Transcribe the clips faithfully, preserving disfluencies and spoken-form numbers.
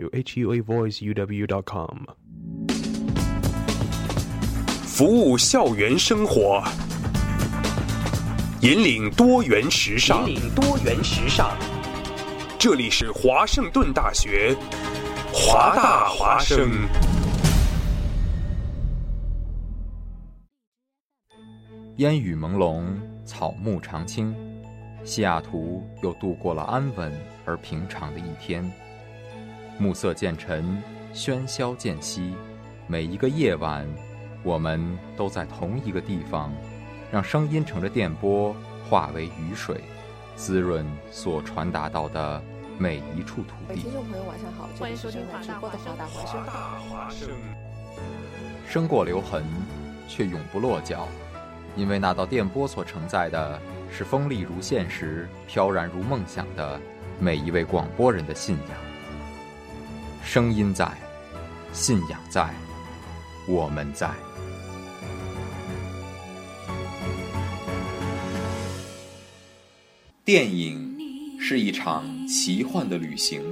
h u a voice u w dot com。 服务校园生活，引领多元时尚， 引领多元时尚。 这里是华盛顿大学，华大华生。 烟雨朦胧，草木常青，西雅图又度过了安稳而平常的一天。暮色渐沉，喧嚣渐息，每一个夜晚，我们都在同一个地方，让声音乘着电波化为雨水，滋润所传达到的每一处土地。 听众朋友晚上好，欢迎收听华大华生。 生过留痕，却永不落脚，因为那道电波所承载的是锋利如现实、飘然如梦想的每一位广播人的信仰。声音在，信仰在，我们在。电影是一场奇幻的旅行，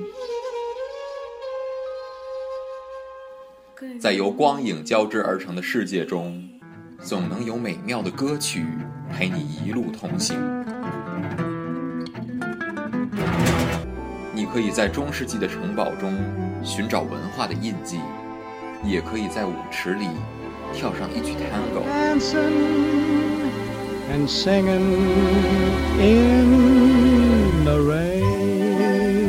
在由光影交织而成的世界中，总能有美妙的歌曲陪你一路同行。你可以在中世纪的城堡中寻找文化的印记，也可以在舞池里跳上一曲 Tango。 And singing in the rain。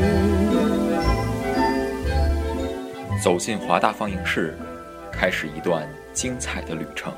走进华大放映室，开始一段精彩的旅程。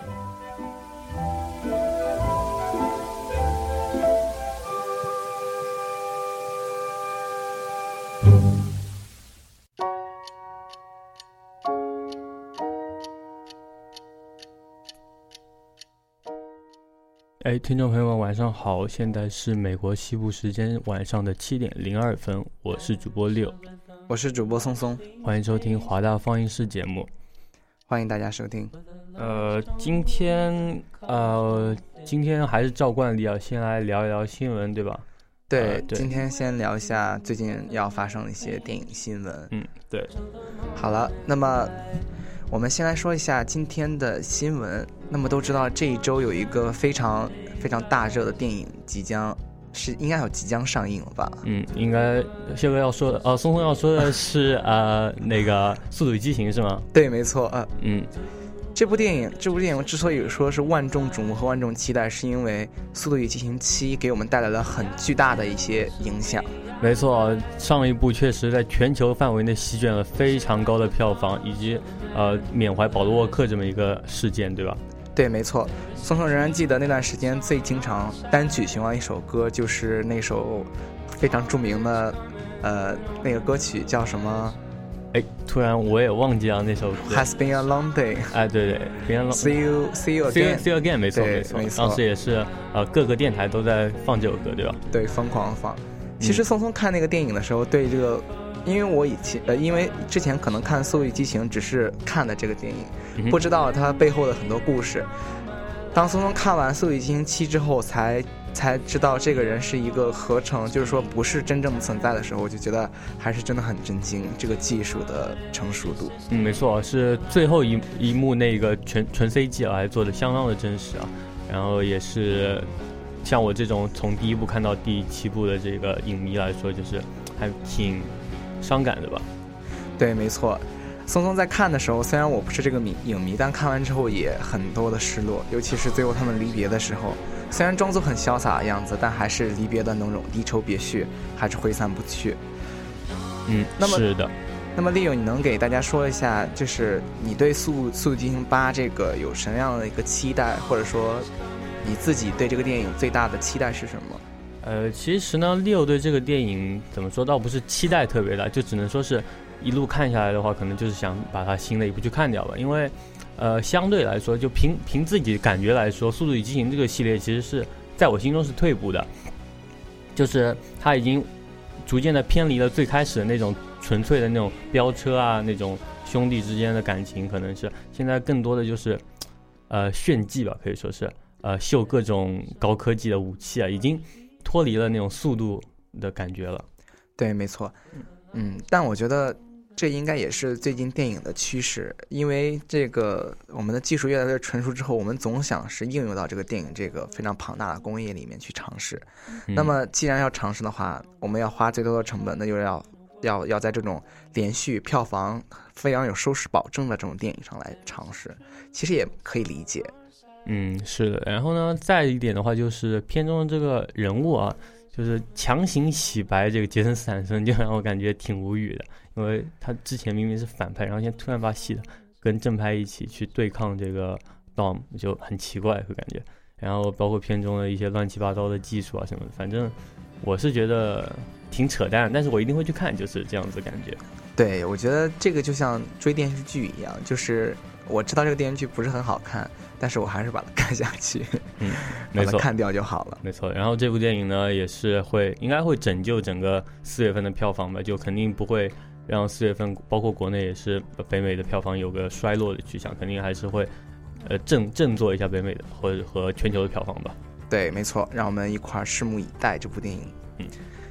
哎，听众朋友们，晚上好！现在是美国西部时间晚上的七点零二分，我是主播六， 我是主播松松， 欢迎收听华大放映室节目， 欢迎大家收听。 呃，今天呃，今天还是照惯例啊，先来聊一聊新闻，对吧？ 对， 呃、对今天先聊一下最近要发生的一些电影新闻。 嗯，对。 好了，那么我们先来说一下今天的新闻。那么都知道这一周有一个非常非常大热的电影即将是应该有即将上映了吧？ 嗯，应该这个要说的呃，松松要说的是呃那个《速度与激情》是吗？ 对，没错。呃， 嗯， 这部电影这部电影之所以说是万众瞩目和万众期待，是因为《速度与激情七》给我们带来了很巨大的一些影响。 没错，上一部确实在全球范围内席卷了非常高的票房，以及呃缅怀保罗沃克这么一个事件，对吧？ 对，没错。松松仍然记得那段时间最经常单曲循环一首歌，就是那首非常著名的呃那个歌曲叫什么？ 哎，突然我也忘记了那首歌。 Has been a long day。 哎，对对 ，Been a long See you, see you again. See you again， 没错没错。 没错。 当时也是呃各个电台都在放这首歌，对吧？ 对，疯狂放。其实松松看那个电影的时候，对这个。因为我以前呃，因为之前可能看《速度与激情》只是看的这个电影， 嗯、 不知道它背后的很多故事。当松松看完《速度与激情七》之后，才才知道这个人是一个合成，就是说不是真正的存在的时候，我就觉得还是真的很震惊，这个技术的成熟度。 嗯，没错，是最后一一幕那个纯纯 C G 啊，还做的相当的真实啊，然后也是像我这种从第一部看到第七部的这个影迷来说，就是还挺伤感的吧？ 对，没错。松松在看的时候，虽然我不是这个影迷，但看完之后也很多的失落，尤其是最后他们离别的时候，虽然装作很潇洒的样子，但还是离别的那种离愁别绪，还是挥散不去。 嗯， 那么是的。 那么 Leo， 你能给大家说一下，就是你对速速度激情八这个有什么样的一个期待，或者说你自己对这个电影最大的期待是什么？ 呃，其实呢 ，Leo 对这个电影怎么说，倒不是期待特别大，就只能说是一路看下来的话，可能就是想把它新的一部去看掉吧。因为，呃，相对来说，就凭凭自己感觉来说，《速度与激情》这个系列其实是在我心中是退步的，就是它已经逐渐的偏离了最开始的那种纯粹的那种飙车啊，那种兄弟之间的感情，可能是现在更多的就是，呃，炫技吧，可以说是，呃，秀各种高科技的武器啊，已经脱离了那种速度的感觉了。 对，没错。嗯，但我觉得这应该也是最近电影的趋势，因为这个我们的技术越来越纯熟之后，我们总想是应用到这个电影这个非常庞大的工业里面去尝试。 嗯、 那么既然要尝试的话，我们要花最多的成本，那就要要要在这种连续票房非常有收视保证的这种电影上来尝试，其实也可以理解。 嗯，是的。然后呢，再一点的话就是片中的这个人物啊，就是强行洗白这个杰森斯坦森，就让我感觉挺无语的，因为他之前明明是反派，然后现在突然把洗的跟正派一起去对抗这个 Dom， 就很奇怪会感觉。然后包括片中的一些乱七八糟的技术啊什么的，反正我是觉得挺扯淡，但是我一定会去看，就是这样子感觉。 对，我觉得这个就像追电视剧一样，就是我知道这个电视剧不是很好看，但是我还是把它看下去， 嗯，没错， 把它看掉就好了。 没错。然后这部电影呢，也是会应该会拯救整个四月份的票房吧，就肯定不会让四月份包括国内也是北美的票房有个衰落的趋向，肯定还是会呃振振作一下北美的或者和全球的票房吧。 对，没错，让我们一块儿拭目以待这部电影。 嗯。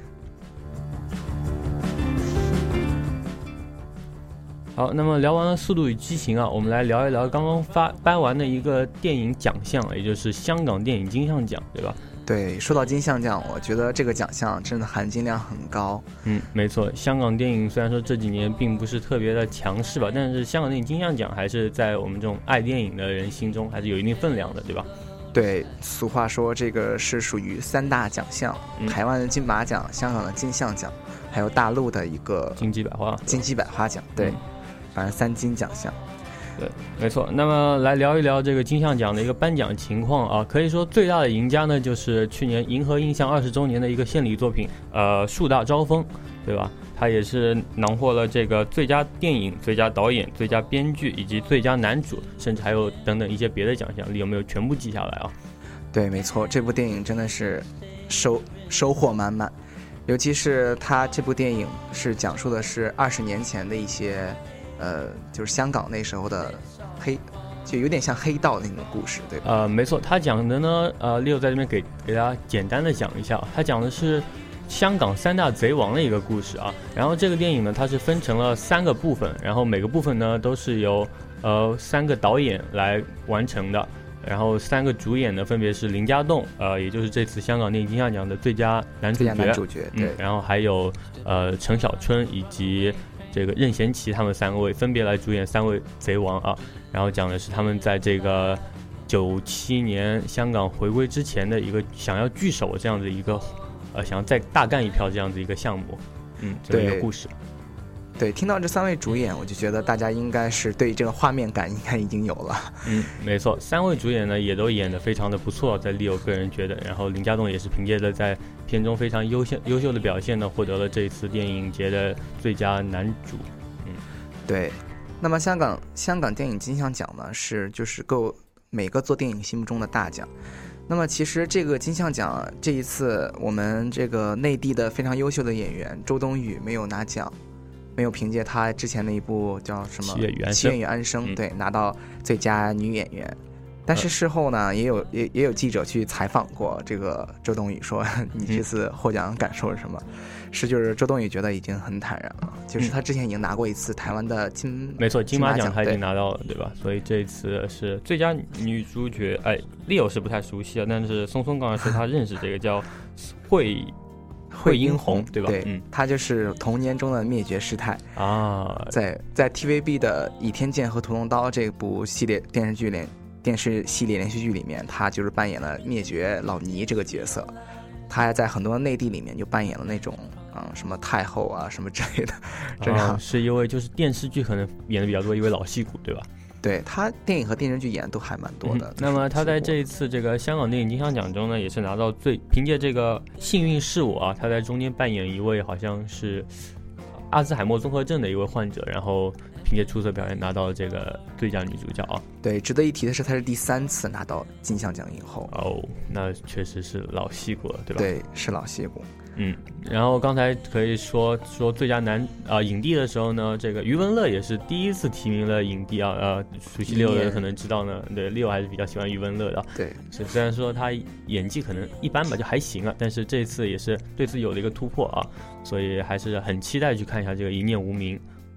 好，那么聊完了《速度与激情》啊，我们来聊一聊刚刚发颁完的一个电影奖项，也就是香港电影金像奖，对吧？ 对，说到金像奖，我觉得这个奖项真的含金量很高。 嗯，没错，香港电影虽然说这几年并不是特别的强势吧，但是香港电影金像奖还是在我们这种爱电影的人心中还是有一定分量的，对吧？ 对，俗话说这个是属于三大奖项， 嗯、 台湾的金马奖、香港的金像奖，还有大陆的一个金鸡百花金鸡百花奖。对。嗯，反正三金奖项。 对，没错。那么来聊一聊这个金像奖的一个颁奖情况啊，可以说最大的赢家呢，就是去年银河映像二十周年的一个献礼作品，呃，树大招风，对吧？他也是囊获了这个最佳电影、最佳导演、最佳编剧以及最佳男主，甚至还有等等一些别的奖项，你有没有全部记下来啊？ 对，没错，这部电影真的是收收获满满，尤其是他这部电影是讲述的是二十年前的一些。呃，就是香港那时候的黑，就有点像黑道那种故事，对吧？ 呃，没错，他讲的呢，呃，Leo在这边给给大家简单的讲一下，他讲的是香港三大贼王的一个故事啊。然后这个电影呢，它是分成了三个部分，然后每个部分呢都是由呃三个导演来完成的。然后三个主演呢，分别是林家栋，呃，也就是这次香港电影金像奖的最佳男主角， 最佳男主角，对。 嗯、然后还有呃陈小春以及这个任贤齐他们三位分别来主演三位贼王啊，然后讲的是他们在这个九七年香港回归之前的一个想要聚首这样的一个呃想要再大干一票这样的一个项目，嗯，这么一个故事。 对，听到这三位主演，我就觉得大家应该是对这个画面感应该已经有了。 嗯，没错，三位主演呢也都演得非常的不错，在Leo个人觉得，然后林家栋也是凭借着在片中非常优秀优秀的表现呢，获得了这一次电影节的最佳男主。嗯， 对。那么香港香港电影金像奖呢，是就是够每个做电影心目中的大奖。那么其实这个金像奖这一次，我们这个内地的非常优秀的演员周冬雨没有拿奖。没有凭借她之前的一部叫什么《七月与安生》，对，拿到最佳女演员。但是事后呢，也有也也有记者去采访过这个周冬雨，说你这次获奖感受是什么？嗯、是就是周冬雨觉得已经很坦然了，就是她之前已经拿过一次台湾的金， 没错，金马奖她已经拿到了， 对, 对吧？所以这一次是最佳女主角。哎 ，Leo 是不太熟悉啊，但是松松刚才说他认识这个叫惠。惠英红，对吧？ 对，嗯，他就是童年中的灭绝师太啊， 在在 T V B 的《倚天剑》和《屠龙刀》这部系列电视剧连电视系列连续剧里面，他就是扮演了灭绝老尼这个角色。他还在很多内地里面就扮演了那种嗯什么太后啊什么之类的，这样、 哦、是因为就是电视剧可能演的比较多，因为老戏骨，对吧？ 对，他电影和电视剧演的都还蛮多的、嗯。 那么他在这一次这个香港电影金像奖中呢，也是拿到最凭借这个《幸运是我》啊，他在中间扮演一位好像是阿兹海默综合症的一位患者，然后凭借出色表演拿到了这个最佳女主角啊。 对，值得一提的是，他是第三次拿到金像奖影后。 哦，那确实是老戏骨了，对吧？ 对，是老戏骨。 嗯，然后刚才可以说说最佳男啊、呃、影帝的时候呢，这个余文乐也是第一次提名了影帝啊，呃，熟悉Leo的可能知道呢，对Leo还是比较喜欢余文乐的。 对， 是虽然说他演技可能一般吧，就还行啊，但是这次也是对自己有了一个突破啊，所以还是很期待去看一下这个一念无名。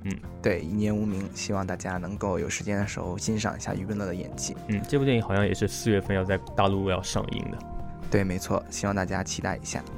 嗯， 对，一念无名，希望大家能够有时间的时候欣赏一下余文乐的演技。 嗯，这部电影好像也是四月份要在大陆要上映的。 对，没错，希望大家期待一下。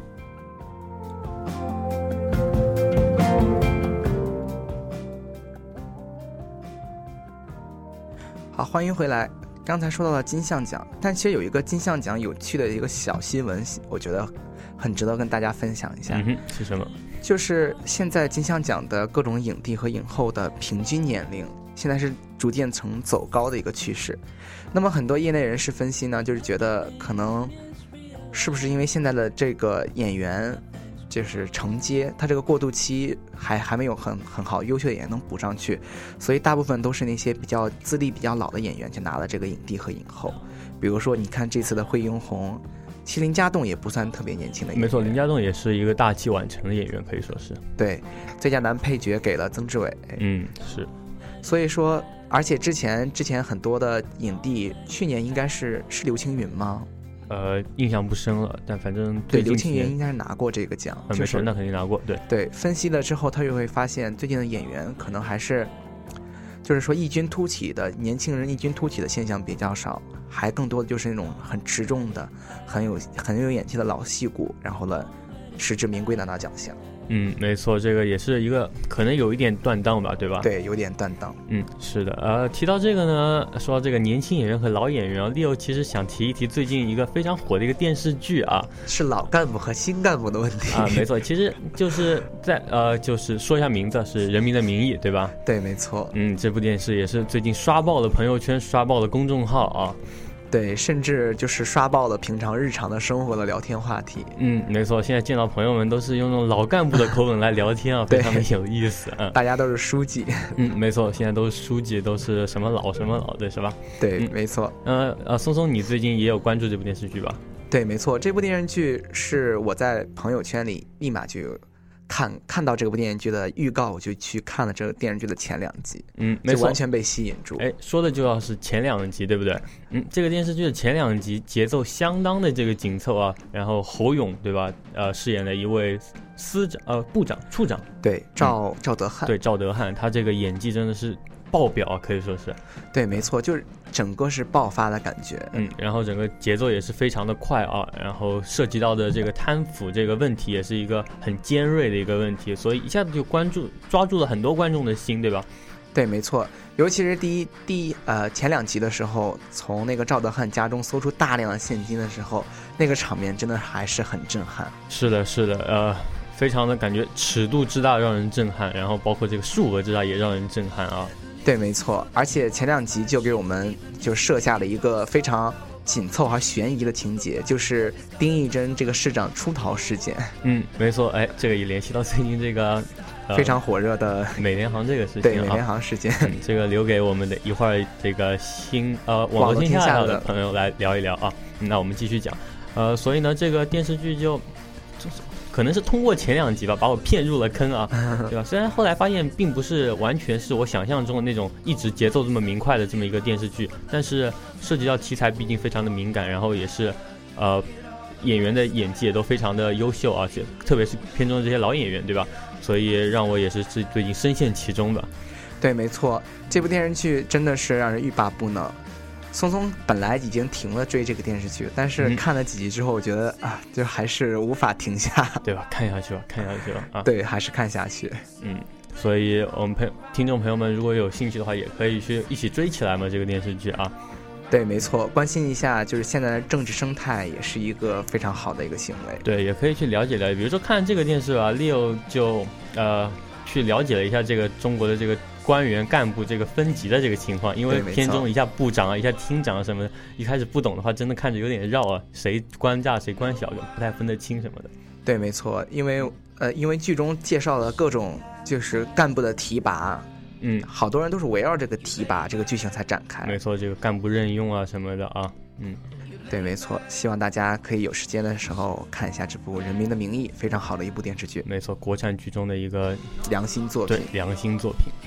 好，欢迎回来。刚才说到了金像奖，但其实有一个金像奖有趣的一个小新闻，我觉得很值得跟大家分享一下。 嗯哼，是什么？ 就是现在金像奖的各种影帝和影后的平均年龄，现在是逐渐呈走高的一个趋势。那么很多业内人士分析呢，就是觉得可能是不是因为现在的这个演员就是承接，他这个过渡期还还没有很很好优秀的演员能补上去，所以大部分都是那些比较资历比较老的演员去拿了这个影帝和影后。比如说你看这次的惠英红，其实林家栋也不算特别年轻的演员， 没错，林家栋也是一个大器晚成的演员，可以说是。 对，最佳男配角给了曾志伟。 嗯，是。 所以说，而且之前之前很多的影帝，去年应该是是刘青云吗？ 呃，印象不深了，但反正对刘青云应该是拿过这个奖， 很没错，那肯定拿过。对对，分析了之后，他就会发现最近的演员可能还是，就是说异军突起的年轻人异军突起的现象比较少，还更多的就是那种很持重的、很有很有演技的老戏骨，然后呢，实至名归拿到奖项。 嗯，没错，这个也是一个可能有一点断档吧，对吧？ 对，有点断档。 嗯，是的。呃，提到这个呢，说到这个年轻演员和老演员啊 ，Leo 其实想提一提最近一个非常火的一个电视剧啊， 是老干部和新干部的问题啊，没错，其实就是在呃，就是说一下名字是《人民的名义》，对吧？ 对，没错。 嗯，这部电视也是最近刷爆了朋友圈，刷爆了公众号啊。 对，甚至就是刷爆了平常日常的生活的聊天话题。 嗯，没错，现在见到朋友们都是用那种老干部的口吻来聊天啊，非常的有意思啊。 大家都是书记。 嗯，没错，现在都是书记，都是什么老什么老的，是吧？ 对， 嗯、 没错。 呃呃，松松，你最近也有关注这部电视剧吧？ 对，没错，这部电视剧是我在朋友圈里立马就看看到这部电视剧的预告，我就去看了这个电视剧的前两集， 嗯，没错， 就完全被吸引住。 哎，说的就要是前两集，对不对？嗯，这个电视剧的前两集节奏相当的这个紧凑啊，然后侯勇对吧？呃，饰演的一位司长呃部长处长， 对，赵、嗯、赵德汉， 对赵德汉，他这个演技真的是爆表啊，可以说是。 对，没错，就是整个是爆发的感觉。 嗯，然后整个节奏也是非常的快啊，然后涉及到的这个贪腐这个问题也是一个很尖锐的一个问题，所以一下子就关注抓住了很多观众的心，对吧？ 对，没错，尤其是第一第一呃前两集的时候，从那个赵德汉家中搜出大量的现金的时候，那个场面真的还是很震撼。 是的，是的，呃。非常的感觉尺度之大让人震撼，然后包括这个数额之大也让人震撼啊。 对，没错，而且前两集就给我们就设下了一个非常紧凑和悬疑的情节，就是丁义珍这个市长出逃事件。 嗯，没错，哎，这个也联系到最近这个、 呃、非常火热的美联航这个事情、啊。 对，美联航事件、 嗯，这个留给我们的一会儿这个新呃网络天下的朋友来聊一聊啊。那我们继续讲，呃，所以呢，这个电视剧就就是。可能是通过前两集吧，把我骗入了坑啊，对吧？虽然后来发现并不是完全是我想象中的那种一直节奏这么明快的这么一个电视剧，但是涉及到题材毕竟非常的敏感，然后也是，呃，演员的演技也都非常的优秀啊，特别是片中的这些老演员，对吧？所以让我也是最近深陷其中的。 对，没错，这部电视剧真的是让人欲罢不能。松松本来已经停了追这个电视剧，但是看了几集之后，我觉得、嗯、啊，就还是无法停下， 对吧？看下去吧，看下去吧啊！ 对，还是看下去。 嗯，所以我们朋听众朋友们如果有兴趣的话，也可以去一起追起来嘛，这个电视剧啊。 对，没错，关心一下就是现在的政治生态，也是一个非常好的一个行为。 对，也可以去了解了解，比如说看这个电视啊 ，Leo 就呃去了解了一下这个中国的这个。官员干部这个分级的这个情况，因为片中一下部长啊，一下厅长啊什么的，一开始不懂的话，真的看着有点绕啊，谁官大谁官小，不太分得清什么的。 对，没错，因为呃，因为剧中介绍了各种就是干部的提拔， 嗯， 好多人都是围绕这个提拔这个剧情才展开。 没错，这个干部任用啊什么的啊，嗯。 对，没错，希望大家可以有时间的时候看一下这部《人民的名义》，非常好的一部电视剧。 没错，国产剧中的一个良心作品。 对，良心作品。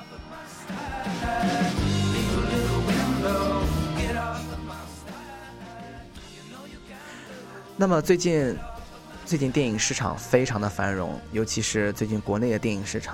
那么最近，最近电影市场非常的繁荣，尤其是最近国内的电影市场，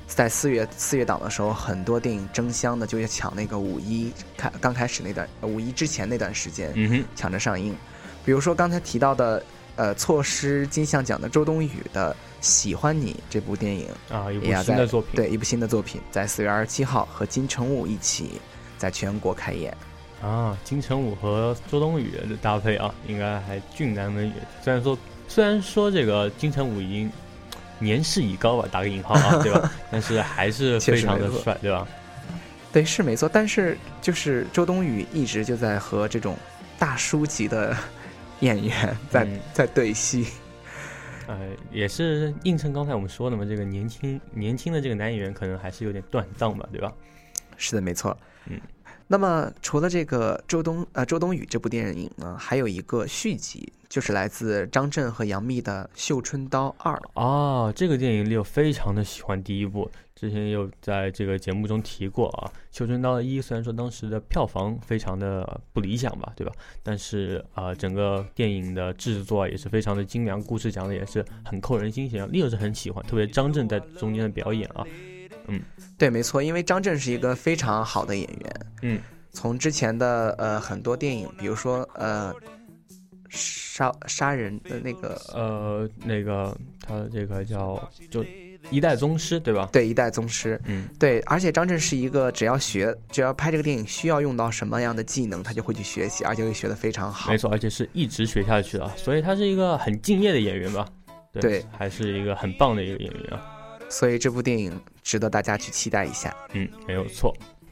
在四月四月档的时候，很多电影争相的就要抢那个五一开刚开始那段五一之前那段时间， 嗯哼， 抢着上映。比如说刚才提到的，呃，错失金像奖的周冬雨的《喜欢你》这部电影啊，一部新的作品， 对，一部新的作品，在四月二十七号和金城武一起在全国开演。 啊，金城武和周冬雨的搭配啊，应该还俊男美女。虽然说虽然说这个金城武已经年事已高吧，打个引号啊，对吧？但是还是非常的帅，对吧？ 对，是没错。但是就是周冬雨一直就在和这种大叔级的演员在、嗯、在对戏， 呃，也是映衬刚才我们说的嘛，这个年轻年轻的这个男演员可能还是有点断档吧，对吧？ 是的，没错。 嗯， 那么除了这个周冬呃周冬雨这部电影呢，还有一个续集，就是来自张震和杨幂的《绣春刀二》 啊。这个电影里我非常的喜欢第一部，之前有在这个节目中提过啊。《绣春刀一》虽然说当时的票房非常的不理想吧，对吧？但是啊、呃，整个电影的制作也是非常的精良，故事讲的也是很扣人心弦，Leo是很喜欢，特别张震在中间的表演啊。嗯， 对，没错，因为张震是一个非常好的演员。 嗯， 从之前的呃很多电影，比如说呃杀杀人的那个呃那个他这个叫就一代宗师，对吧？ 对，一代宗师。 嗯， 对，而且张震是一个只要学只要拍这个电影需要用到什么样的技能，他就会去学习，而且会学得非常好。 没错，而且是一直学下去的，所以他是一个很敬业的演员吧？对， 对， 还是一个很棒的一个演员啊。 所以这部电影值得大家去期待一下。 嗯，没有错。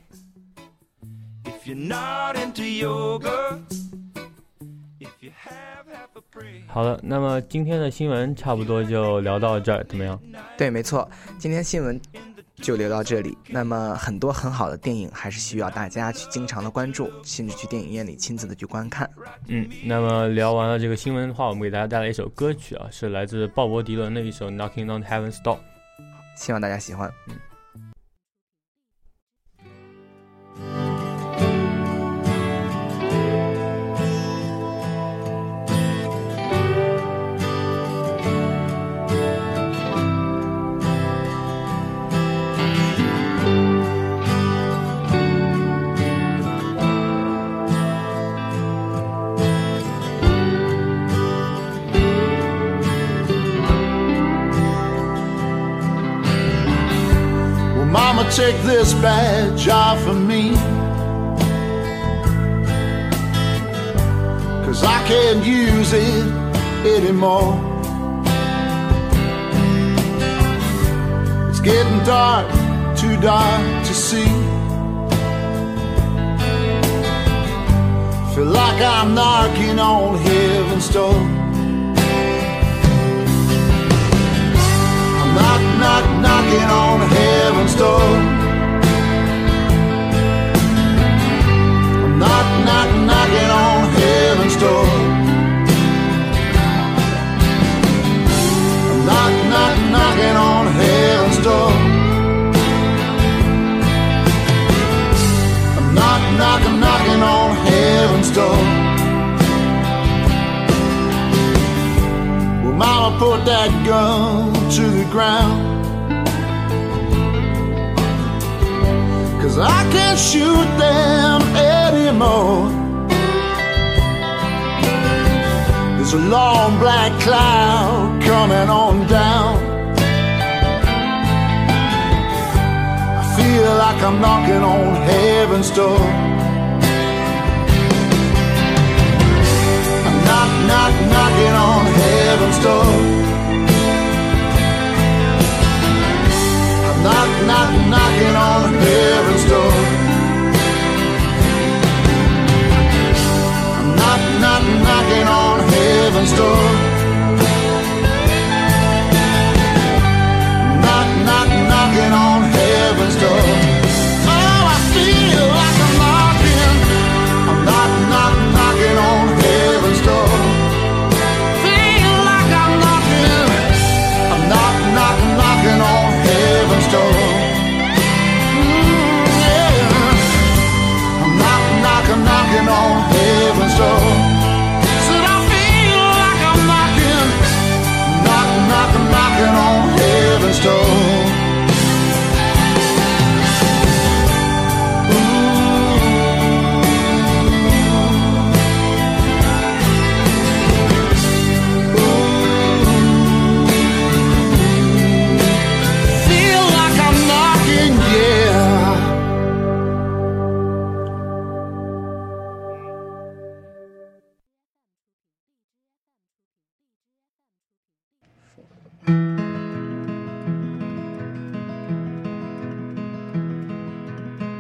好了，那么今天的新闻差不多就聊到这儿，怎么样？ 对，没错，今天新闻就聊到这里。那么很多很好的电影还是需要大家去经常的关注，甚至去电影院里亲自的去观看。 嗯，那么聊完了这个新闻的话，我们给大家带来一首歌曲啊，是来自鲍勃迪伦的一首 Knocking on Heaven's Door， 希望大家喜欢。 嗯。 Mama, take this badge off of me, 'cause I can't use it anymore. It's getting dark, too dark to see. Feel like I'm knocking on heaven's door. Knock, knock, knocking on heaven's door. I'm knock, knock, knocking on heaven's door. I'm knock, knock, knocking on heaven's door. I'm knock, knock, knocking on heaven's door. Well, Mama, put that gun to the ground, 'cause I can't shoot them anymore. There's a long black cloud coming on down. I feel like I'm knocking on heaven's door. I'm knock, knock, knocking on heaven's door. Knock, knock, knocking on heaven's door. I'm knock, knock, knocking on heaven's door. Knock, knock, knocking on heaven's door. Oh, I feel like I'm knocking. I'm knock, knock, knocking on heaven's door. Feel like I'm knocking. I'm knock, knock, knocking on heaven's door. Mm, yeah. I'm knock, knock, knocking on heaven's door. Said I feel like I'm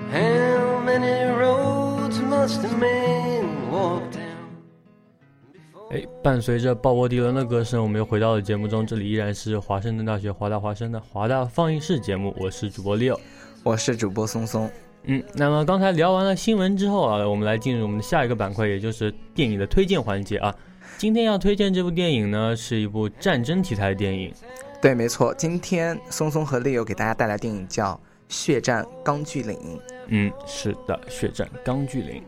How many roads must a man walk down? 哎，伴随着鲍勃迪伦的歌声，我们又回到了节目中。这里依然是华盛顿大学华大华生的华大放映室节目，我是主播 Leo， 我是主播松松。 嗯，那么刚才聊完了新闻之后啊，我们来进入我们的下一个板块，也就是电影的推荐环节啊。今天要推荐这部电影呢，是一部战争题材的电影。 对，没错，今天松松和 Leo 给大家带来电影叫《血战钢锯岭》。 嗯，是的，《血战钢锯岭》。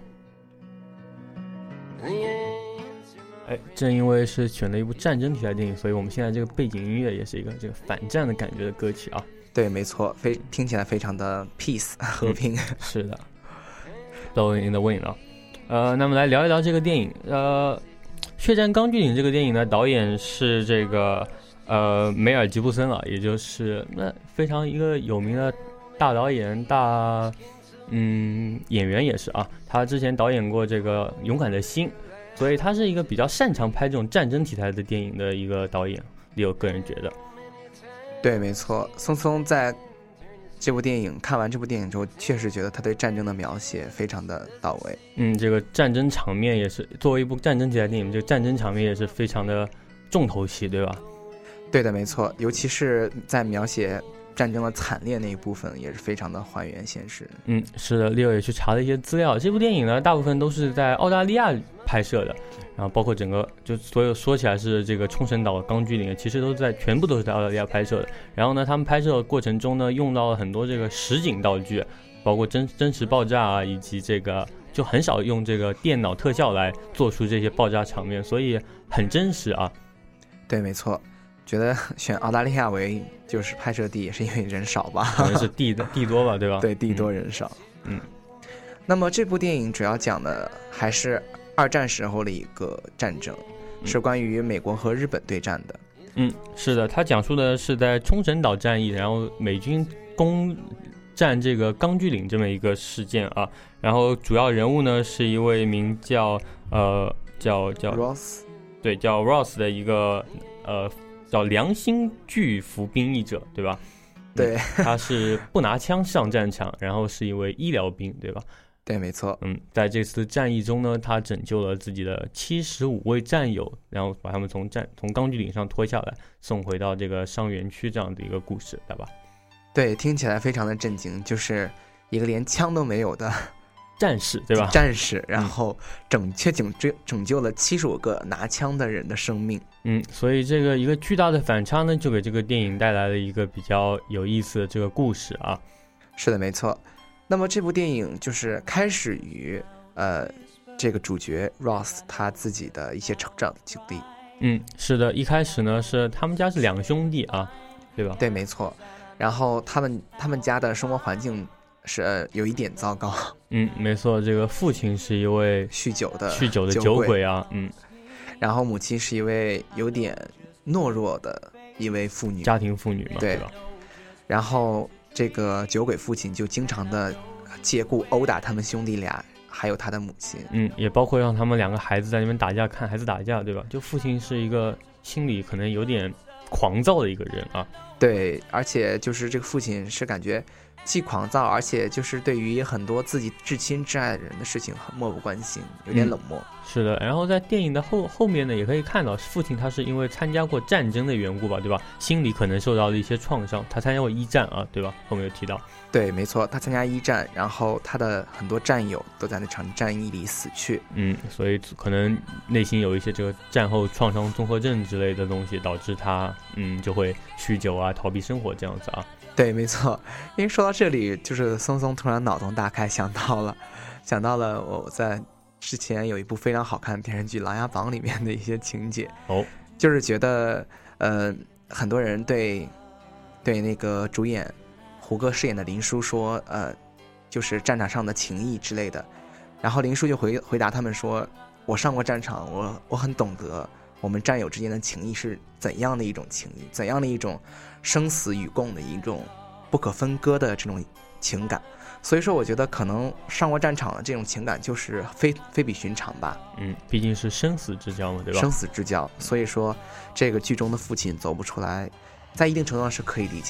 哎，正因为是选了一部战争题材电影，所以我们现在这个背景音乐也是一个这个反战的感觉的歌曲啊。 对，没错，非听起来非常的 peace 和平。 嗯、是的 ，Blowing in the wind 啊。呃，那么来聊一聊这个电影。呃，《血战钢锯岭》这个电影呢，导演是这个呃梅尔吉布森啊，也就是那非常一个有名的大导演、大嗯演员也是啊。他之前导演过这个《勇敢的心》，所以他是一个比较擅长拍这种战争题材的电影的一个导演。也有个人觉得。 对，没错，松松在这部电影看完这部电影之后，确实觉得他对战争的描写非常的到位。 嗯，这个战争场面也是作为一部战争题材电影，这个战争场面也是非常的重头戏，对吧？ 对的，没错，尤其是在描写战争的惨烈那一部分，也是非常的还原现实。 嗯，是的 ，Leo 也去查了一些资料，这部电影呢，大部分都是在澳大利亚拍摄的。然后包括整个就所有说起来是这个冲绳岛钢锯岭，其实都是在全部都是在澳大利亚拍摄的。然后呢，他们拍摄的过程中呢，用到了很多这个实景道具，包括真真实爆炸啊，以及这个就很少用这个电脑特效来做出这些爆炸场面，所以很真实啊。 对，没错，觉得选澳大利亚为就是拍摄地也是因为人少吧， 可能是地地多吧，对吧？ 对，地多人少。 嗯。 那么这部电影主要讲的还是二战时候的一个战争，是关于美国和日本对战的。 嗯，是的，它讲述的是在冲绳岛战役，然后美军攻占这个钢锯岭这么一个事件啊。然后主要人物呢是一位名叫呃叫叫 Ross， 对，叫 Ross 的一个呃叫良心拒服兵役者，对吧？ 对、 嗯，他是不拿枪上战场，然后是一位医疗兵，对吧？ 对，没错。 嗯，在这次战役中呢，他拯救了自己的七十五位战友，然后把他们从战从钢锯岭上拖下来，送回到这个伤员区，这样的一个故事，对吧？ 对，听起来非常的震惊，就是一个连枪都没有的战士，对吧？ 战士，然后拯却拯救拯救了七十五个拿枪的人的生命。 嗯，所以这个一个巨大的反差呢，就给这个电影带来了一个比较有意思的这个故事啊。 是的，没错。那么这部电影就是开始于呃这个主角 Ross 他自己的一些成长的经历。 嗯，是的，一开始呢是他们家是两兄弟啊，对吧？ 对，没错。然后他们他们家的生活环境是、呃、有一点糟糕。 嗯，没错，这个父亲是一位酗酒的酗酒的酒鬼啊，嗯。 然后母亲是一位有点懦弱的一位妇女， 家庭妇女嘛， 对, 对吧？ 然后这个酒鬼父亲就经常的借故殴打他们兄弟俩，还有他的母亲。 嗯，也包括让他们两个孩子在那边打架，看孩子打架，对吧？就父亲是一个心里可能有点狂躁的一个人啊。 对，而且就是这个父亲是感觉既狂躁，而且就是对于很多自己至亲至爱的人的事情很漠不关心，有点冷漠。 嗯、是的，然后在电影的后后面呢，也可以看到父亲他是因为参加过战争的缘故吧，对吧？心里可能受到了一些创伤。他参加过一战啊，对吧？后面有提到。 对，没错，他参加一战，然后他的很多战友都在那场战役里死去。 嗯，所以可能内心有一些这个战后创伤综合症之类的东西，导致他嗯就会酗酒啊，逃避生活这样子啊。 对，没错。因为说到这里，就是松松突然脑洞大开，想到了，想到了我在之前有一部非常好看的电视剧《琅琊榜》里面的一些情节。 哦， 就是觉得，呃，很多人对对那个主演胡歌饰演的林殊说，呃，就是战场上的情谊之类的。然后林殊就回回答他们说：“我上过战场，我我很懂得我们战友之间的情谊是怎样的一种情谊，怎样的一种生死与共的一种不可分割的这种情感。所以说我觉得可能上过战场的这种情感就是非非比寻常吧。 嗯，毕竟是生死之交嘛，对吧？ 生死之交，所以说这个剧中的父亲走不出来，在一定程度上是可以理解的。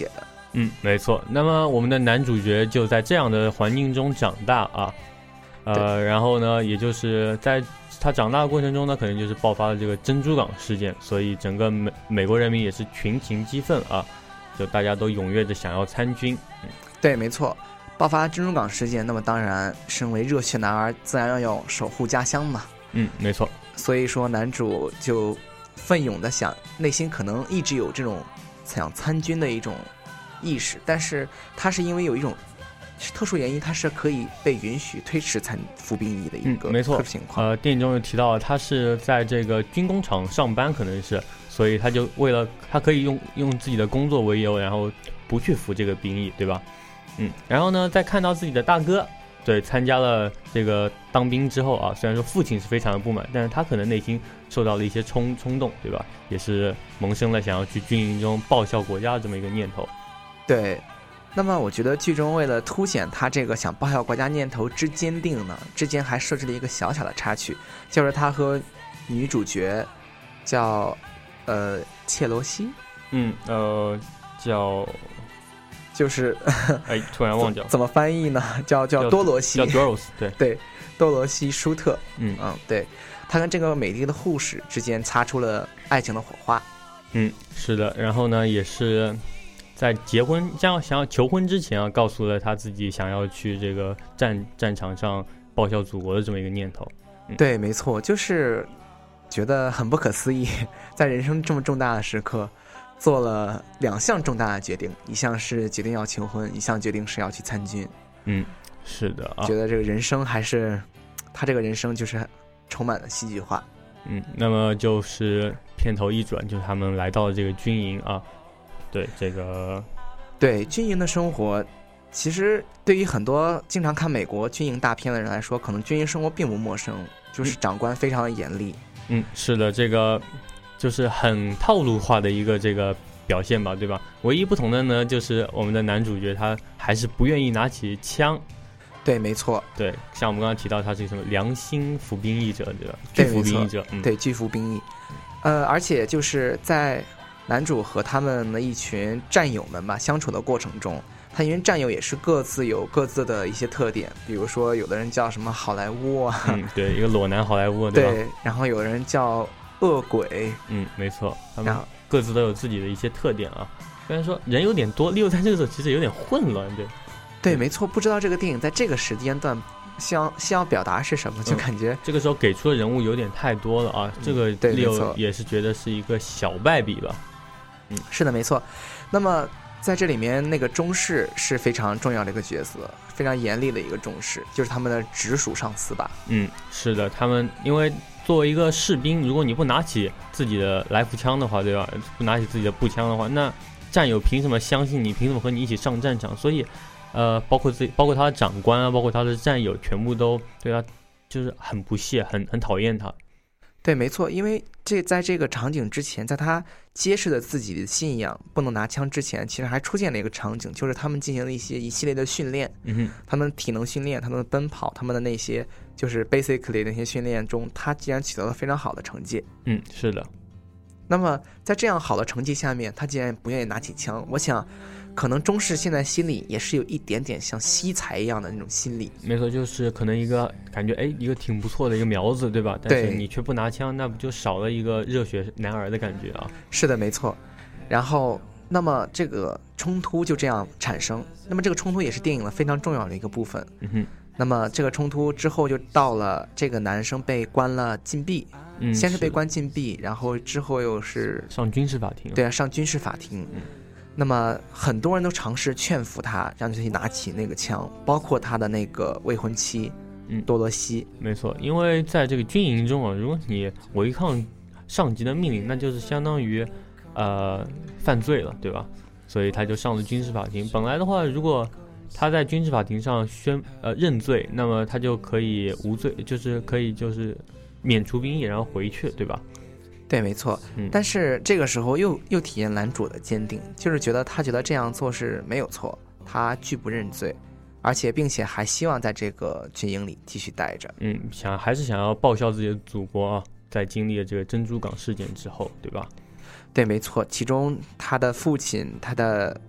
嗯，没错。那么我们的男主角就在这样的环境中长大啊，呃，然后呢，也就是在他长大的过程中呢，可能就是爆发了这个珍珠港事件，所以整个美美国人民也是群情激愤啊，就大家都踊跃着想要参军。嗯， 对，没错。爆发珍珠港事件，那么当然，身为热血男儿，自然要有守护家乡嘛。 嗯，没错。 所以说，男主就奋勇的想，内心可能一直有这种想参军的一种意识，但是他是因为有一种特殊原因，他是可以被允许推迟参服兵役的一个嗯、没错特殊情况。 呃，电影中有提到，他是在这个军工厂上班，可能是，所以他就为了他可以用用自己的工作为由，然后不去服这个兵役，对吧？嗯，然后呢，在看到自己的大哥对参加了这个当兵之后啊，虽然说父亲是非常的不满，但是他可能内心受到了一些冲冲动，对吧？也是萌生了想要去军营中报效国家的这么一个念头。 对，那么我觉得剧中为了凸显他这个想报效国家念头之坚定呢，之间还设置了一个小小的插曲，就是他和女主角叫呃切罗西， 嗯呃叫。 就是哎，突然忘记了怎么翻译呢？叫叫多罗西， 叫 Doros， 对对，多罗西舒特， 嗯嗯，对，他跟这个美丽的护士之间擦出了爱情的火花。 嗯，是的，然后呢，也是在结婚将要想要求婚之前啊，告诉了他自己想要去这个战战场上报效祖国的这么一个念头。 嗯、对，没错，就是觉得很不可思议，在人生这么重大的时刻。做了两项重大的决定，一项是决定要求婚，一项决定是要去参军。 嗯，是的啊， 觉得这个人生还是他这个人生就是充满了戏剧化。 嗯，那么就是片头一转，就是他们来到了这个军营啊。对这个， 对军营的生活，其实对于很多经常看美国军营大片的人来说，可能军营生活并不陌生，就是长官非常的严厉。 嗯，是的，这个。就是很套路化的一个这个表现吧，对吧？唯一不同的呢，就是我们的男主角他还是不愿意拿起枪。 对，没错。 对，像我们刚刚提到，他是什么良心服兵役者，对吧？拒服兵役者， 嗯、对，拒服兵役。呃，而且就是在男主和他们的一群战友们吧相处的过程中，他因为战友也是各自有各自的一些特点，比如说有的人叫什么好莱坞啊， 嗯，对，一个裸男好莱坞，对吧？ 对，然后有人叫。恶鬼， 嗯，没错，他们各自都有自己的一些特点啊。虽然说人有点多，利用在这个时候其实有点混乱，对， 对，没错。不知道这个电影在这个时间段希望希望表达是什么，就感觉、 嗯、这个时候给出的人物有点太多了啊。嗯、这个利用也是觉得是一个小败笔吧。 嗯，是的，没错。那么在这里面，那个中士是非常重要的一个角色，非常严厉的一个中士，就是他们的直属上司吧。 嗯，是的，他们因为。作为一个士兵，如果你不拿起自己的来福枪的话，对吧？不拿起自己的步枪的话，那战友凭什么相信你？凭什么和你一起上战场？所以，呃，包括自己，包括他的长官啊，包括他的战友，全部都对他就是很不屑，很很讨厌他。 对，没错，因为这在这个场景之前，在他揭示了自己的信仰不能拿枪之前，其实还出现了一个场景，就是他们进行了一些一系列的训练， 嗯哼， 他们体能训练，他们的奔跑，他们的那些就是 basically 那些训练中，他竟然取得了非常好的成绩。 嗯，是的。 那么在这样好的成绩下面，他竟然不愿意拿起枪，我想可能中士现在心里也是有一点点像惜才一样的那种心理。 没错，就是可能一个感觉，哎，一个挺不错的一个苗子，对吧？但是你却不拿枪，那不就少了一个热血男儿的感觉啊？ 是的，没错。然后，那么这个冲突就这样产生。那么这个冲突也是电影的非常重要的一个部分。 嗯哼。 那么这个冲突之后就到了这个男生被关了禁闭。 嗯， 先是被关禁闭，然后之后又是上军事法庭。 对啊，上军事法庭。 嗯， 那么很多人都尝试劝服他，让他去拿起那个枪，包括他的那个未婚妻， 嗯， 多罗西。 没错，因为在这个军营中啊，如果你违抗上级的命令，那就是相当于呃犯罪了，对吧？所以他就上了军事法庭。本来的话，如果他在军事法庭上宣呃认罪，那么他就可以无罪，就是可以就是免除兵役，然后回去，对吧？ 对，没错。 嗯， 但是这个时候又又体验男主的坚定，就是觉得他觉得这样做是没有错，他拒不认罪，而且并且还希望在这个军营里继续待着。 嗯，想还是想要报效自己的祖国啊，在经历了这个珍珠港事件之后，对吧？ 对，没错。其中他的父亲、他的